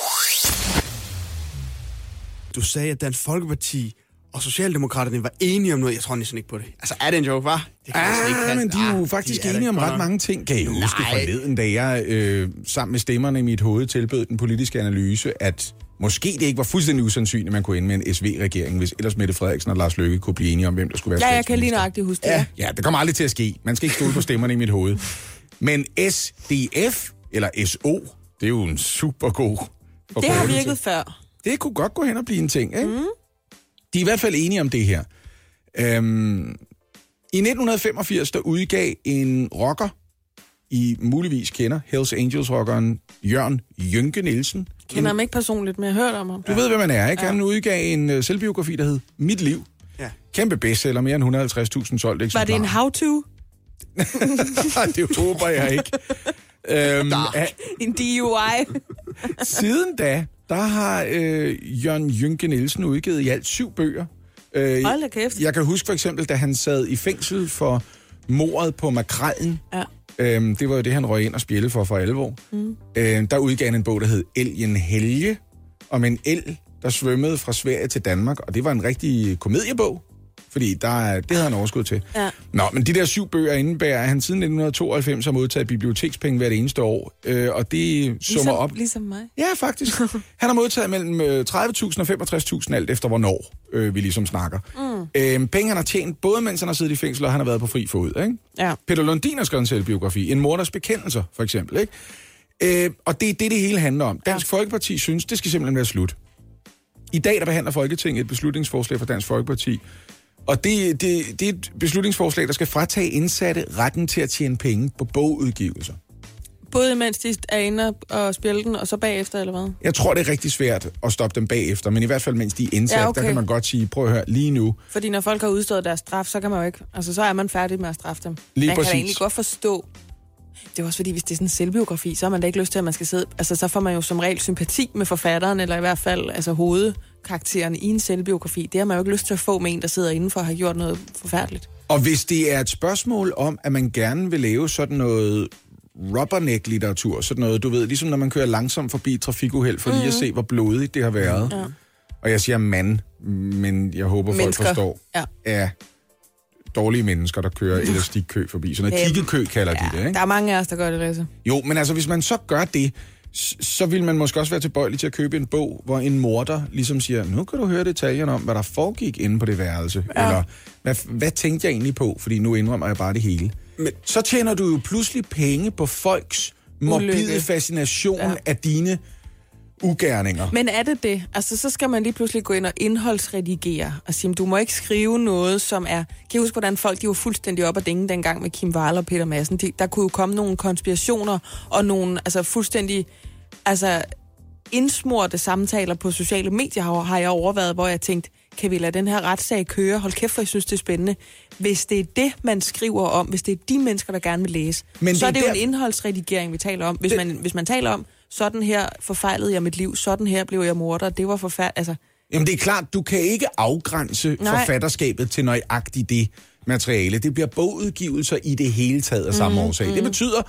Du sagde, at Dansk Folkeparti og Socialdemokraterne var enige om noget. Jeg tror næsten ikke på det. Altså, er det en joke, hva'? Det kan ah, ikke men de er jo faktisk de er enige om ret mange ting. Kan I huske forleden, da jeg øh, sammen med stemmerne i mit hoved tilbød den politiske analyse, at måske det ikke var fuldstændig usandsynligt, at man kunne ende med en S V-regering, hvis ellers Mette Frederiksen og Lars Løkke kunne blive enige om, hvem der skulle være statsminister. statsminister. Ja, jeg kan lige nøjagtigt huske det. Ja, ja, det kommer aldrig til at ske. Man skal ikke stole på stemmerne i mit hoved. Men S D F, eller S O, det er jo en super god det har virket før. Det kunne godt gå hen og blive en ting, ikke? Mm. De er i hvert fald enige om det her. Øhm, I nitten femogfirs, der udgav en rocker, I muligvis kender, Hells Angels-rockeren Jørgen Jynke Nielsen. Kender ham ikke personligt, men jeg har hørt om ham. Du ja. ved, hvem man er, ikke? Han udgav en uh, selvbiografi, der hed Mit Liv. Ja. Kæmpe bestseller, mere end et hundrede og halvtreds tusind solgte eksemplarer. Var det en how-to? Det håber jeg ikke. øhm, at, en D U I. Siden da, der har øh, Jørgen Jynke Nielsen udgivet i alt syv bøger. Øh, Hold da kæft. Jeg kan huske for eksempel, da han sad i fængsel for mordet på makrellen. Ja. Øhm, det var jo det, han røg ind og spjældede for for alvor. Mm. Øh, der udgav han en bog, der hed Elgen Helge, om en el, der svømmede fra Sverige til Danmark. Og det var en rigtig komediebog, fordi der, det havde han overskud til. Ja. Nå, men de der syv bøger indebærer, at han siden nitten tooghalvfems har modtaget bibliotekspenge hvert eneste år. Øh, og det summer ligesom, op. Ligesom mig? Ja, faktisk. Han har modtaget mellem tredive tusind og femogtres tusind alt efter, hvornår øh, vi ligesom snakker. Mm. Øh, penge han har tjent, både mens han har siddet i fængsel, og han har været på fri fod. Ikke? Ja. Peter Lundin har skrevet en selvbiografi. En morders bekendelser, for eksempel. Ikke? Øh, og det er det, det hele handler om. Dansk ja. Folkeparti synes, det skal simpelthen være slut. I dag, der behandler Folketinget et beslutningsforslag fra Dansk Folkeparti. Og det, det, det er et beslutningsforslag, der skal fratage indsatte retten til at tjene penge på bogudgivelser. Både mens de er inde og spille den, og så bagefter, eller hvad? Jeg tror, det er rigtig svært at stoppe dem bagefter, men i hvert fald mens de er indsat, ja, okay. Der kan man godt sige, prøv at høre, lige nu. Fordi når folk har udstået deres straf, så kan man jo ikke, altså så er man færdig med at straffe dem. Lige man præcis. Kan egentlig godt forstå. Det er også fordi, hvis det er sådan en selvbiografi, så har man da ikke lyst til, at man skal sidde, altså så får man jo som regel sympati med forfatteren, eller i hvert fald altså hovedkarakteren i en selvbiografi. Det har man jo ikke lyst til at få med en, der sidder indenfor og har gjort noget forfærdeligt. Og hvis det er et spørgsmål om, at man gerne vil lave sådan noget rubberneck-litteratur, sådan noget, du ved, ligesom når man kører langsomt forbi et trafikuheld, for mm. lige at se, hvor blodigt det har været. Ja. Og jeg siger mand, men jeg håber, folk mennesker. forstår. Ja. Ja. Dårlige mennesker, der kører elastikkø forbi. Sådan noget kiggekø kalder ja, de det, ikke? Der er mange af os, der gør det, Risse. Jo, men altså, hvis man så gør det, så vil man måske også være tilbøjelig til at købe en bog, hvor en morder ligesom siger, nu kan du høre detaljerne om, hvad der foregik inde på det værelse. Ja. Eller, hvad, hvad tænkte jeg egentlig på? Fordi nu indrømmer jeg bare det hele. Men så tjener du jo pludselig penge på folks morbide fascination ja. af dine ugerninger. Men er det det? Altså, så skal man lige pludselig gå ind og indholdsredigere og sige, du må ikke skrive noget, som er... Kan I huske, hvordan folk de var fuldstændig op og dinge dengang med Kim Wall og Peter Madsen? De, der kunne jo komme nogle konspirationer og nogle altså, fuldstændig altså, indsmurte samtaler på sociale medier, har, har jeg overvejet, hvor jeg tænkte, kan vi lade den her retssag køre? Hold kæft, for jeg synes, det er spændende. Hvis det er det, man skriver om, hvis det er de mennesker, der gerne vil læse, Men så det er det der... jo en indholdsredigering, vi taler om. Hvis, det... man, hvis man taler om, sådan her forfejlede jeg mit liv, sådan her blev jeg morder, det var forfærdeligt. Altså... Jamen det er klart, du kan ikke afgrænse Nej. forfatterskabet til nøjagtigt det materiale. Det bliver bogudgivelser i det hele taget af samme mm, årsag. Mm. Det betyder,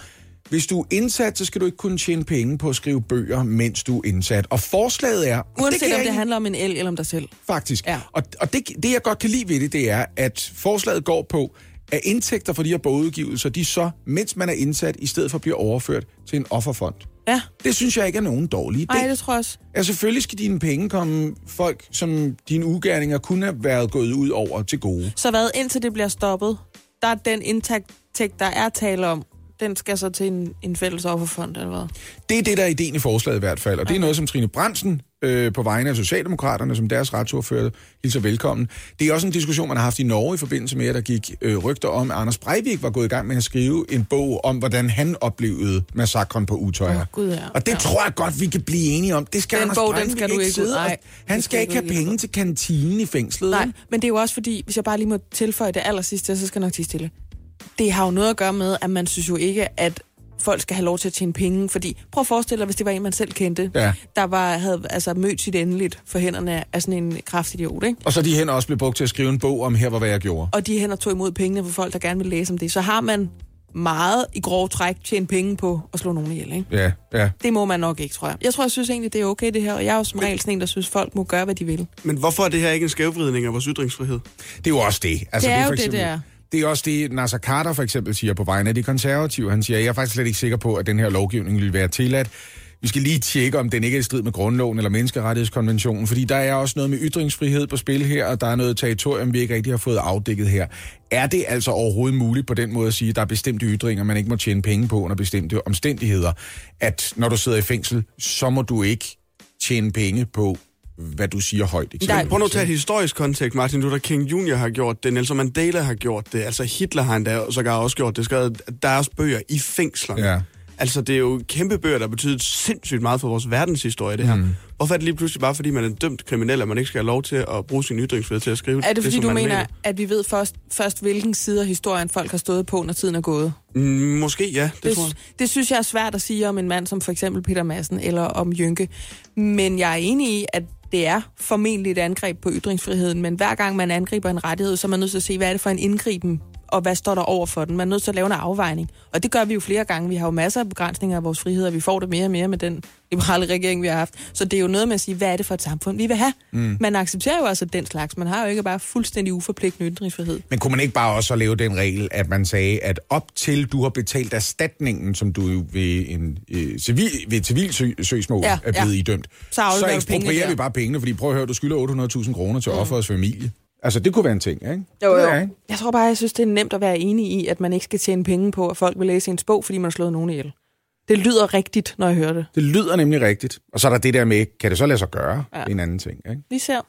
Hvis du er indsat, så skal du ikke kunne tjene penge på at skrive bøger, mens du er indsat. Og forslaget er... Uanset det om det handler om en el eller om dig selv. Faktisk. Ja. Og, og det, det, jeg godt kan lide ved det, det er, at forslaget går på, at indtægter for de her bogudgivelser, de så, mens man er indsat, i stedet for bliver overført til en offerfond. Ja. Det synes jeg ikke er nogen dårlig idé. Nej, det tror jeg også. Ja, selvfølgelig skal dine penge komme folk, som dine ugerninger kunne have været gået ud over til gode. Så hvad, indtil det bliver stoppet, der er den indtægt, der er tale om, den skal så til en, en fælles offerfond, eller hvad? Det er det, der er ideen i forslaget i hvert fald, og okay. Det er noget, som Trine Brandsen øh, på vegne af Socialdemokraterne, som deres retsordfører, hilser velkommen. Det er også en diskussion, man har haft i Norge i forbindelse med, at der gik øh, rygter om, at Anders Breivik var gået i gang med at skrive en bog om, hvordan han oplevede massakren på Utøya. Oh, Gud, ja. Og det ja. tror jeg godt, vi kan blive enige om. Det skal den Anders bog, Breivik den skal du ikke sidde. Nej, han skal, skal ikke have ikke penge til kantinen i fængslet. Nej, men det er jo også fordi, hvis jeg bare lige må tilføje det allersidste, så skal jeg nok tie stille. Det har jo noget at gøre med, at man synes jo ikke, at folk skal have lov til at tjene penge, fordi prøv at forestille dig, hvis det var en, man selv kendte, ja. der var, havde altså, mødt sit endeligt for hænderne af sådan en kraftidiot, ikke? Og så de hænder også blev brugt til at skrive en bog om her, hvad jeg gjorde. Og de hænder tog imod pengene for folk, der gerne vil læse om det. Så har man meget i grov træk tjent penge på at slå nogen ihjel, ikke? Ja, ja. Det må man nok ikke, tror jeg. Jeg tror, jeg synes egentlig, det er okay, det her, og jeg er jo som regel sådan en, der synes, folk må gøre, hvad de vil. Men hvorfor er det her ikke en skævvridning af vores ytringsfrihed? Det er jo også det. Altså, det er, det er jo eksempel... det, det er. Det er også det, Nasser Carter for eksempel siger på vegne af de konservative. Han siger, jeg er faktisk slet ikke sikker på, at den her lovgivning vil være tilladt. Vi skal lige tjekke, om den ikke er i strid med grundloven eller menneskerettighedskonventionen, fordi der er også noget med ytringsfrihed på spil her, og der er noget territorium, vi ikke rigtig har fået afdækket her. Er det altså overhovedet muligt på den måde at sige, at der er bestemte ytringer, man ikke må tjene penge på under bestemte omstændigheder, at når du sidder i fængsel, så må du ikke tjene penge på hvad du siger højt. Prøv nu at tage et historisk kontekst, Martin Luther King junior har gjort det, Nelson Mandela har gjort det, altså Hitler har endda sågar også gjort det, skrevet deres bøger i fængslerne. Ja. Altså det er jo kæmpe bøger, der betyder sindssygt meget for vores verdenshistorie, det her. Mm. Hvorfor er det lige pludselig bare, fordi man er dømt kriminel, at man ikke skal have lov til at bruge sin ytringsfrihed til at skrive det? Er det fordi, det, du mener, mener, at vi ved først, først hvilken side af historien folk har stået på, når tiden er gået? Mm, måske ja, det, det tror jeg. Det synes jeg er svært at sige om en mand som for eksempel Peter Madsen eller om Jynke. Men jeg er enig i, at det er formentlig et angreb på ytringsfriheden, men hver gang man angriber en rettighed, så er man nødt til at se, hvad er det for en indgriben, og hvad står der over for den. Man er nødt til at lave en afvejning. Og det gør vi jo flere gange. Vi har jo masser af begrænsninger af vores frihed, og vi får det mere og mere med den liberale regering, vi har haft. Så det er jo noget med at sige, hvad er det for et samfund, vi vil have? Mm. Man accepterer jo altså den slags. Man har jo ikke bare fuldstændig uforpligtende ytringsfrihed. Men kunne man ikke bare også lave den regel, at man sagde, at op til du har betalt erstatningen, som du ved en øh, civil, ved civil sø, søgsmål ja, er blevet ja. idømt, så, så eksproprierer vi bare pengene, fordi prøv at høre, du skylder otte hundrede tusind kroner til mm. offerets familie. Altså, det kunne være en ting, ikke? Jo, jo. Jeg, jeg tror bare, jeg synes, det er nemt at være enig i, at man ikke skal tjene penge på, at folk vil læse ens bog, fordi man har slået nogen ihjel. Det lyder rigtigt, når jeg hører det. Det lyder nemlig rigtigt. Og så er der det der med, kan det så lade sig gøre? Ja. Det er en anden ting, ikke? Vi ser.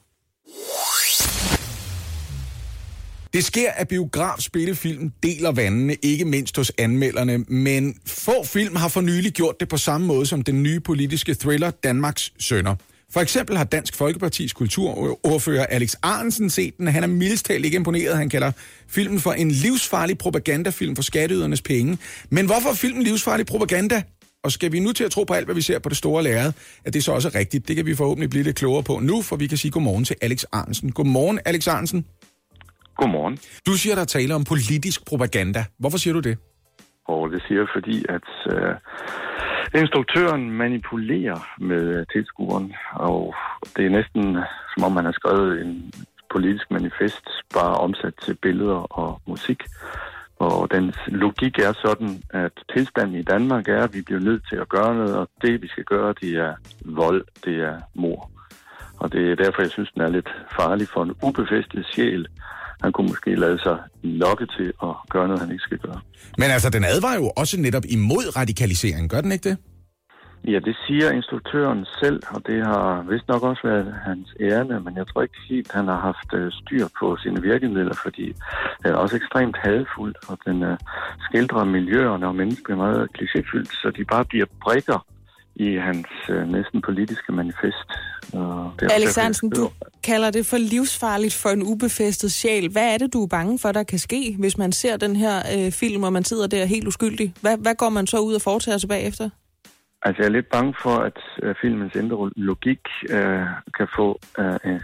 Det sker, at biografspillefilm deler vandene, ikke mindst hos anmelderne, men få film har for nylig gjort det på samme måde som den nye politiske thriller Danmarks Sønner. For eksempel har Dansk Folkepartis kulturordfører Alex Ahrendtsen set den. Han er mildest talt ikke imponeret. Han kalder filmen for en livsfarlig propagandafilm for skatteydernes penge. Men hvorfor er filmen livsfarlig propaganda? Og skal vi nu til at tro på alt, hvad vi ser på det store lærred, at det så også er rigtigt? Det kan vi forhåbentlig blive lidt klogere på nu, for vi kan sige godmorgen til Alex Ahrendtsen. Godmorgen, Alex Ahrendtsen. Godmorgen. Du siger, der taler om politisk propaganda. Hvorfor siger du det? Og det siger jeg, fordi at øh, instruktøren manipulerer med tilskueren, og det er næsten som om han har skrevet en politisk manifest, bare omsat til billeder og musik. Og dens logik er sådan, at tilstanden i Danmark er, at vi bliver nødt til at gøre noget, og det vi skal gøre, det er vold, det er mord. Og det er derfor, jeg synes, den er lidt farlig for en ubefæstet sjæl. Han kunne måske lade sig lokke til at gøre noget, han ikke skal gøre. Men altså, den advarer jo også netop imod radikalisering, gør den ikke det? Ja, det siger instruktøren selv, og det har vist nok også været hans ærne, men jeg tror ikke helt, han har haft styr på sine virkemidler, fordi den er også ekstremt hadfuld, og den uh, skildrer miljøerne og mennesker meget klichéfyldt, så de bare bliver brikker i hans uh, næsten politiske manifest. Alex Ahrendtsen, du kalder det for livsfarligt for en ubefæstet sjæl. Hvad er det, du er bange for, der kan ske, hvis man ser den her øh, film, og man sidder der helt uskyldig? Hvad, hvad går man så ud og foretager sig bagefter? Altså, jeg er lidt bange for, at uh, filmens indre logik uh, kan få uh,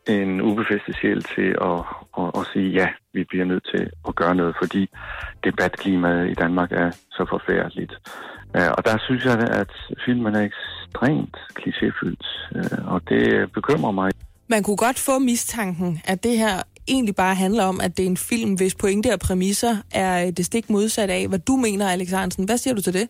en ubefæstet sjæl til at, at, at sige, ja, vi bliver nødt til at gøre noget, fordi debatklimaet i Danmark er så forfærdeligt. Og der synes jeg, at filmen er ekstremt klichéfyldt, og det bekymrer mig. Man kunne godt få mistanken, at det her egentlig bare handler om, at det er en film, hvis pointe og præmisser er det stik modsat af, hvad du mener, Alex Ahrendtsen. Hvad siger du til det?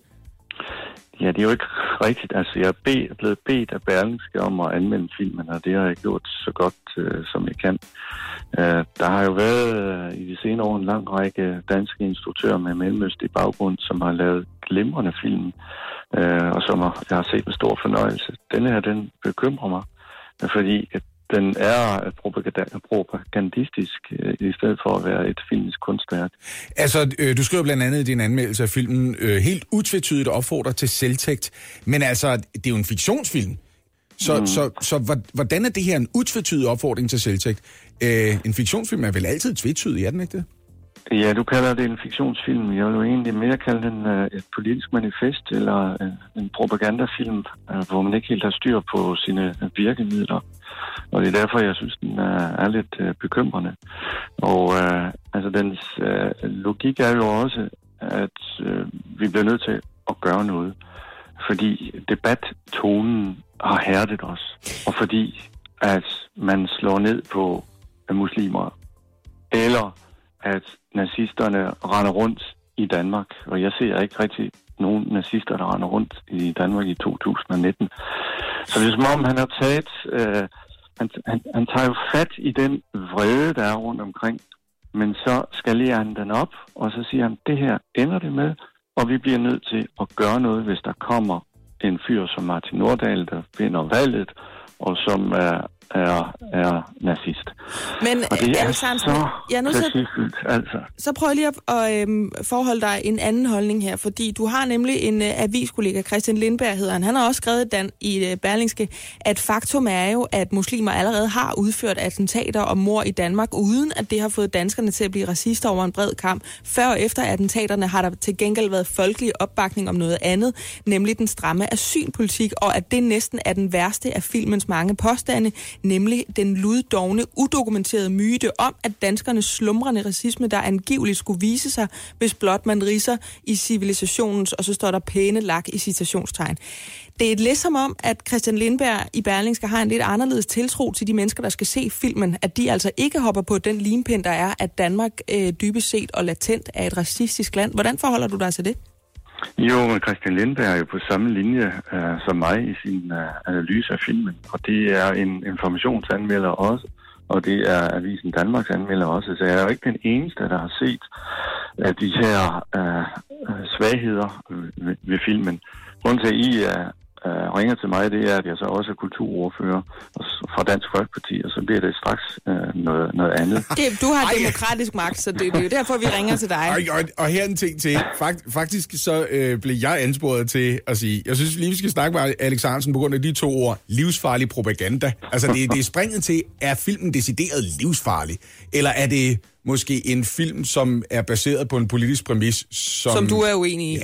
Ja, det er jo ikke rigtigt. Altså, jeg er bed, blevet bedt af Berlingske om at anmelde filmen, og det har jeg gjort så godt, øh, som jeg kan. Øh, der har jo været øh, i de senere år en lang række danske instruktører med mellemøstlig baggrund, som har lavet glimrende film, øh, og som jeg har set med stor fornøjelse. Denne her, den bekymrer mig, fordi at den er propagandistisk, i stedet for at være et filmisk kunstværk. Altså, øh, du skriver blandt andet i din anmeldelse af filmen, øh, helt utvetydigt opfordrer til selvtægt, men altså, det er jo en fiktionsfilm. Så, mm. så, så hvordan er det her en utvetydig opfordring til selvtægt? Øh, en fiktionsfilm er vel altid tvetydig, er den ikke det? Ja, du kalder det en fiktionsfilm. Jeg vil jo egentlig mere kalde den uh, et politisk manifest eller uh, en propagandafilm, uh, hvor man ikke helt har styr på sine uh, virkemidler. Og det er derfor, jeg synes, den uh, er lidt uh, bekymrende. Og uh, altså, dens uh, logik er jo også, at uh, vi bliver nødt til at gøre noget. Fordi debattonen har hærdet os. Og fordi at man slår ned på uh, muslimer. Eller at nazisterne render rundt i Danmark, og jeg ser ikke rigtig nogen nazister, der render rundt i Danmark i to tusind nitten. Så det er som om, han har taget, øh, han, han, han tager jo fat i den vrede, der er rundt omkring, men så skalerer han den op, og så siger han, det her ender det med, og vi bliver nødt til at gøre noget, hvis der kommer en fyr som Martin Nordahl, der vinder valget, og som er Er, er nazist. Men og det er Alex Ahrendtsen, så jeg er nødt til at, altså. Så prøv lige at, at øhm, forholde dig en anden holdning her, fordi du har nemlig en uh, aviskollega, Christian Lindberg hedder han, han har også skrevet dan, i uh, Berlingske, at faktum er jo, at muslimer allerede har udført attentater og mord i Danmark, uden at det har fået danskerne til at blive racister over en bred kamp. Før og efter attentaterne har der til gengæld været folkelig opbakning om noget andet, nemlig den stramme asylpolitik, og at det næsten er den værste af filmens mange påstande, nemlig den luddovne, udokumenterede myte om, at danskernes slumrende racisme, der angiveligt skulle vise sig, hvis blot man ridser i civilisationens, og så står der pæne lak i citationstegn. Det er lidt som om, at Christian Lindberg i Berlingske har en lidt anderledes tiltro til de mennesker, der skal se filmen, at de altså ikke hopper på den limpind, der er, at Danmark øh, dybest set og latent er et racistisk land. Hvordan forholder du dig til det? Jo, men Christian Lindberg er jo på samme linje uh, som mig i sin uh, analyse af filmen, og det er en informationsanmelder også, og det er Avisen Danmarks anmelder også, så jeg er jo ikke den eneste, der har set uh, de her uh, svagheder ved, ved filmen. Grunden til, at I uh, uh, ringer til mig, det er, at jeg så også er kulturordfører fra Dansk Folkeparti, og så bliver det straks uh, noget, noget andet. Det, du har Ej. demokratisk magt, så det, det er jo derfor, vi ringer til dig. Og, og, og her en ting til. Fakt, faktisk så øh, blev jeg ansporet til at sige, jeg synes lige, vi skal snakke med Alex Ahrendtsen på grund af de to ord, livsfarlig propaganda. Altså, det, det er springet til, er filmen decideret livsfarlig? Eller er det måske en film, som er baseret på en politisk præmis, som... Som du er uenig i? Ja.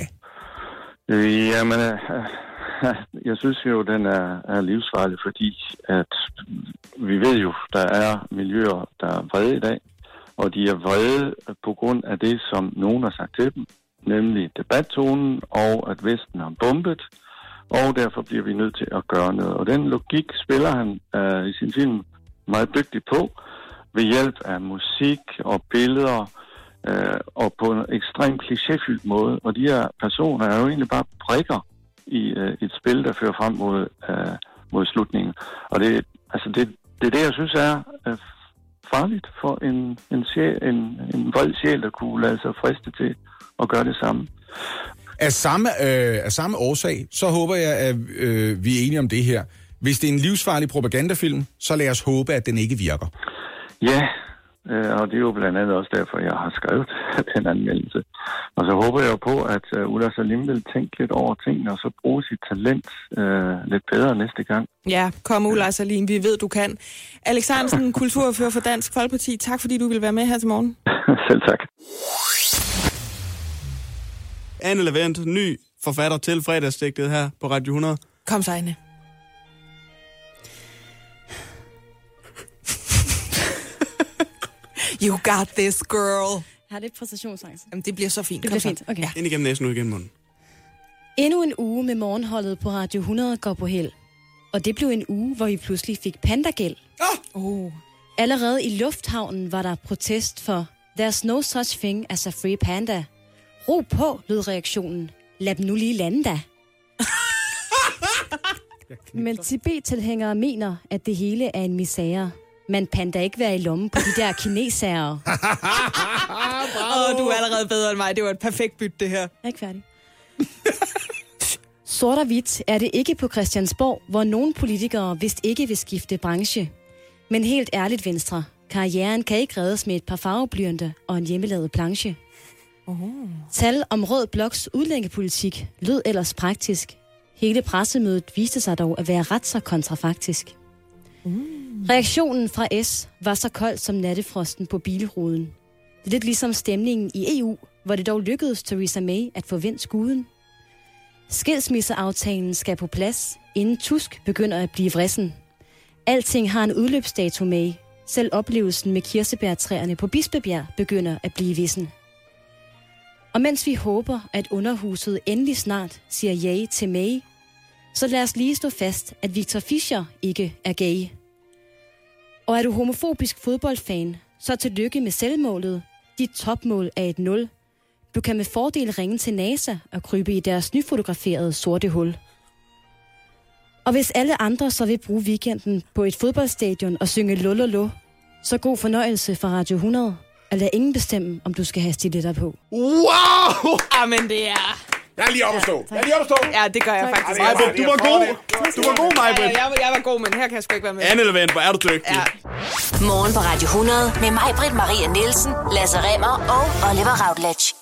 Jamen, øh, jeg synes jo, den er, er livsfarlig, fordi at vi ved jo, der er miljøer, der er vrede i dag, og de er vrede på grund af det, som nogen har sagt til dem, nemlig debattonen, og at Vesten har bombet, og derfor bliver vi nødt til at gøre noget. Og den logik spiller han øh, i sin film meget dygtigt på, ved hjælp af musik og billeder, øh, og på en ekstremt klichéfyldt måde. Og de her personer er jo egentlig bare brikker i øh, et spil, der fører frem mod, øh, mod slutningen. Og det, altså det, det er det, jeg synes er øh, farligt for en, en, sjæl, en, en vred sjæl, der kunne lade sig friste til at gøre det samme. Af samme, øh, af samme årsag, så håber jeg, at øh, vi er enige om det her. Hvis det er en livsfarlig propagandafilm, så lad os håbe, at den ikke virker. Ja, øh, og det er jo blandt andet også derfor, jeg har skrevet den anmeldelse. Og så håber jeg jo på, at uh, Ulla Salim vil tænke lidt over tingene, og så bruge sit talent øh, lidt bedre næste gang. Ja, kom Ulla Salim, vi ved, du kan. Alex Ahrendtsen, kulturordfører for Dansk Folkeparti, tak fordi du vil være med her til morgen. Selv tak. Anne Levent, ny forfatter til fredagsdigtet her på Radio hundrede. Kom så, Anne. You got this, girl. Har det et præstationsangst? Jamen, det bliver så fint. Det bliver fint, okay. Ja. Ind igennem næsen, ud igennem munden. Endnu en uge med morgenholdet på Radio hundrede går på held. Og det blev en uge, hvor I pludselig fik pandagæld. Oh. Oh. Allerede i lufthavnen var der protest for There's no such thing as a free panda. Ro på, lød reaktionen. Lad dem nu lige lande da. Men Tibet-tilhængere mener, at det hele er en misære. Man panda ikke være i lommen på de der kinesere. Åh, oh, du er allerede bedre end mig. Det var et perfekt bytte, det her. Jeg er ikke færdig. Sort og hvidt er det ikke på Christiansborg, hvor nogle politikere vist ikke vil skifte branche. Men helt ærligt, Venstre, karrieren kan ikke reddes med et par farveblyanter og en hjemmelavet planche. Oh. Tal om Rød Bloks udlændingepolitik lød ellers praktisk. Hele pressemødet viste sig dog at være ret så kontrafaktisk. Mm. Reaktionen fra S var så kold som nattefrosten på bilruden. Det er lidt ligesom stemningen i E U, hvor det dog lykkedes Theresa May at få vendt skuden. Skilsmisseaftalen skal på plads, inden Tusk begynder at blive vrissen. Alting har en udløbsdato med. Selv oplevelsen med kirsebærtræerne på Bispebjerg begynder at blive vissen. Og mens vi håber, at underhuset endelig snart siger ja til May, så lad os lige stå fast, at Victor Fischer ikke er gay. Og er du homofobisk fodboldfan, så tillykke med selvmålet. Dit topmål er et nul. Du kan med fordel ringe til NASA og krybe i deres nyfotograferede sorte hul. Og hvis alle andre så vil bruge weekenden på et fodboldstadion og synge lololo, så god fornøjelse fra Radio hundrede, og lad ingen bestemme, om du skal have stiletter på. Wow! Jamen, det er... Jeg er lige oppe at stå. Jeg er lige oppe at stå. Ja, det gør jeg tak. faktisk. Majbrit, du var god. Du var god, Majbrit. Ja, jeg, jeg var god, men her kan jeg sgu ikke være med. Anne Levent, hvor er du dygtig. Ja. Morgen på Radio hundrede med Majbrit Maria Nielsen, Lasse Remmer og Oliver Routledge.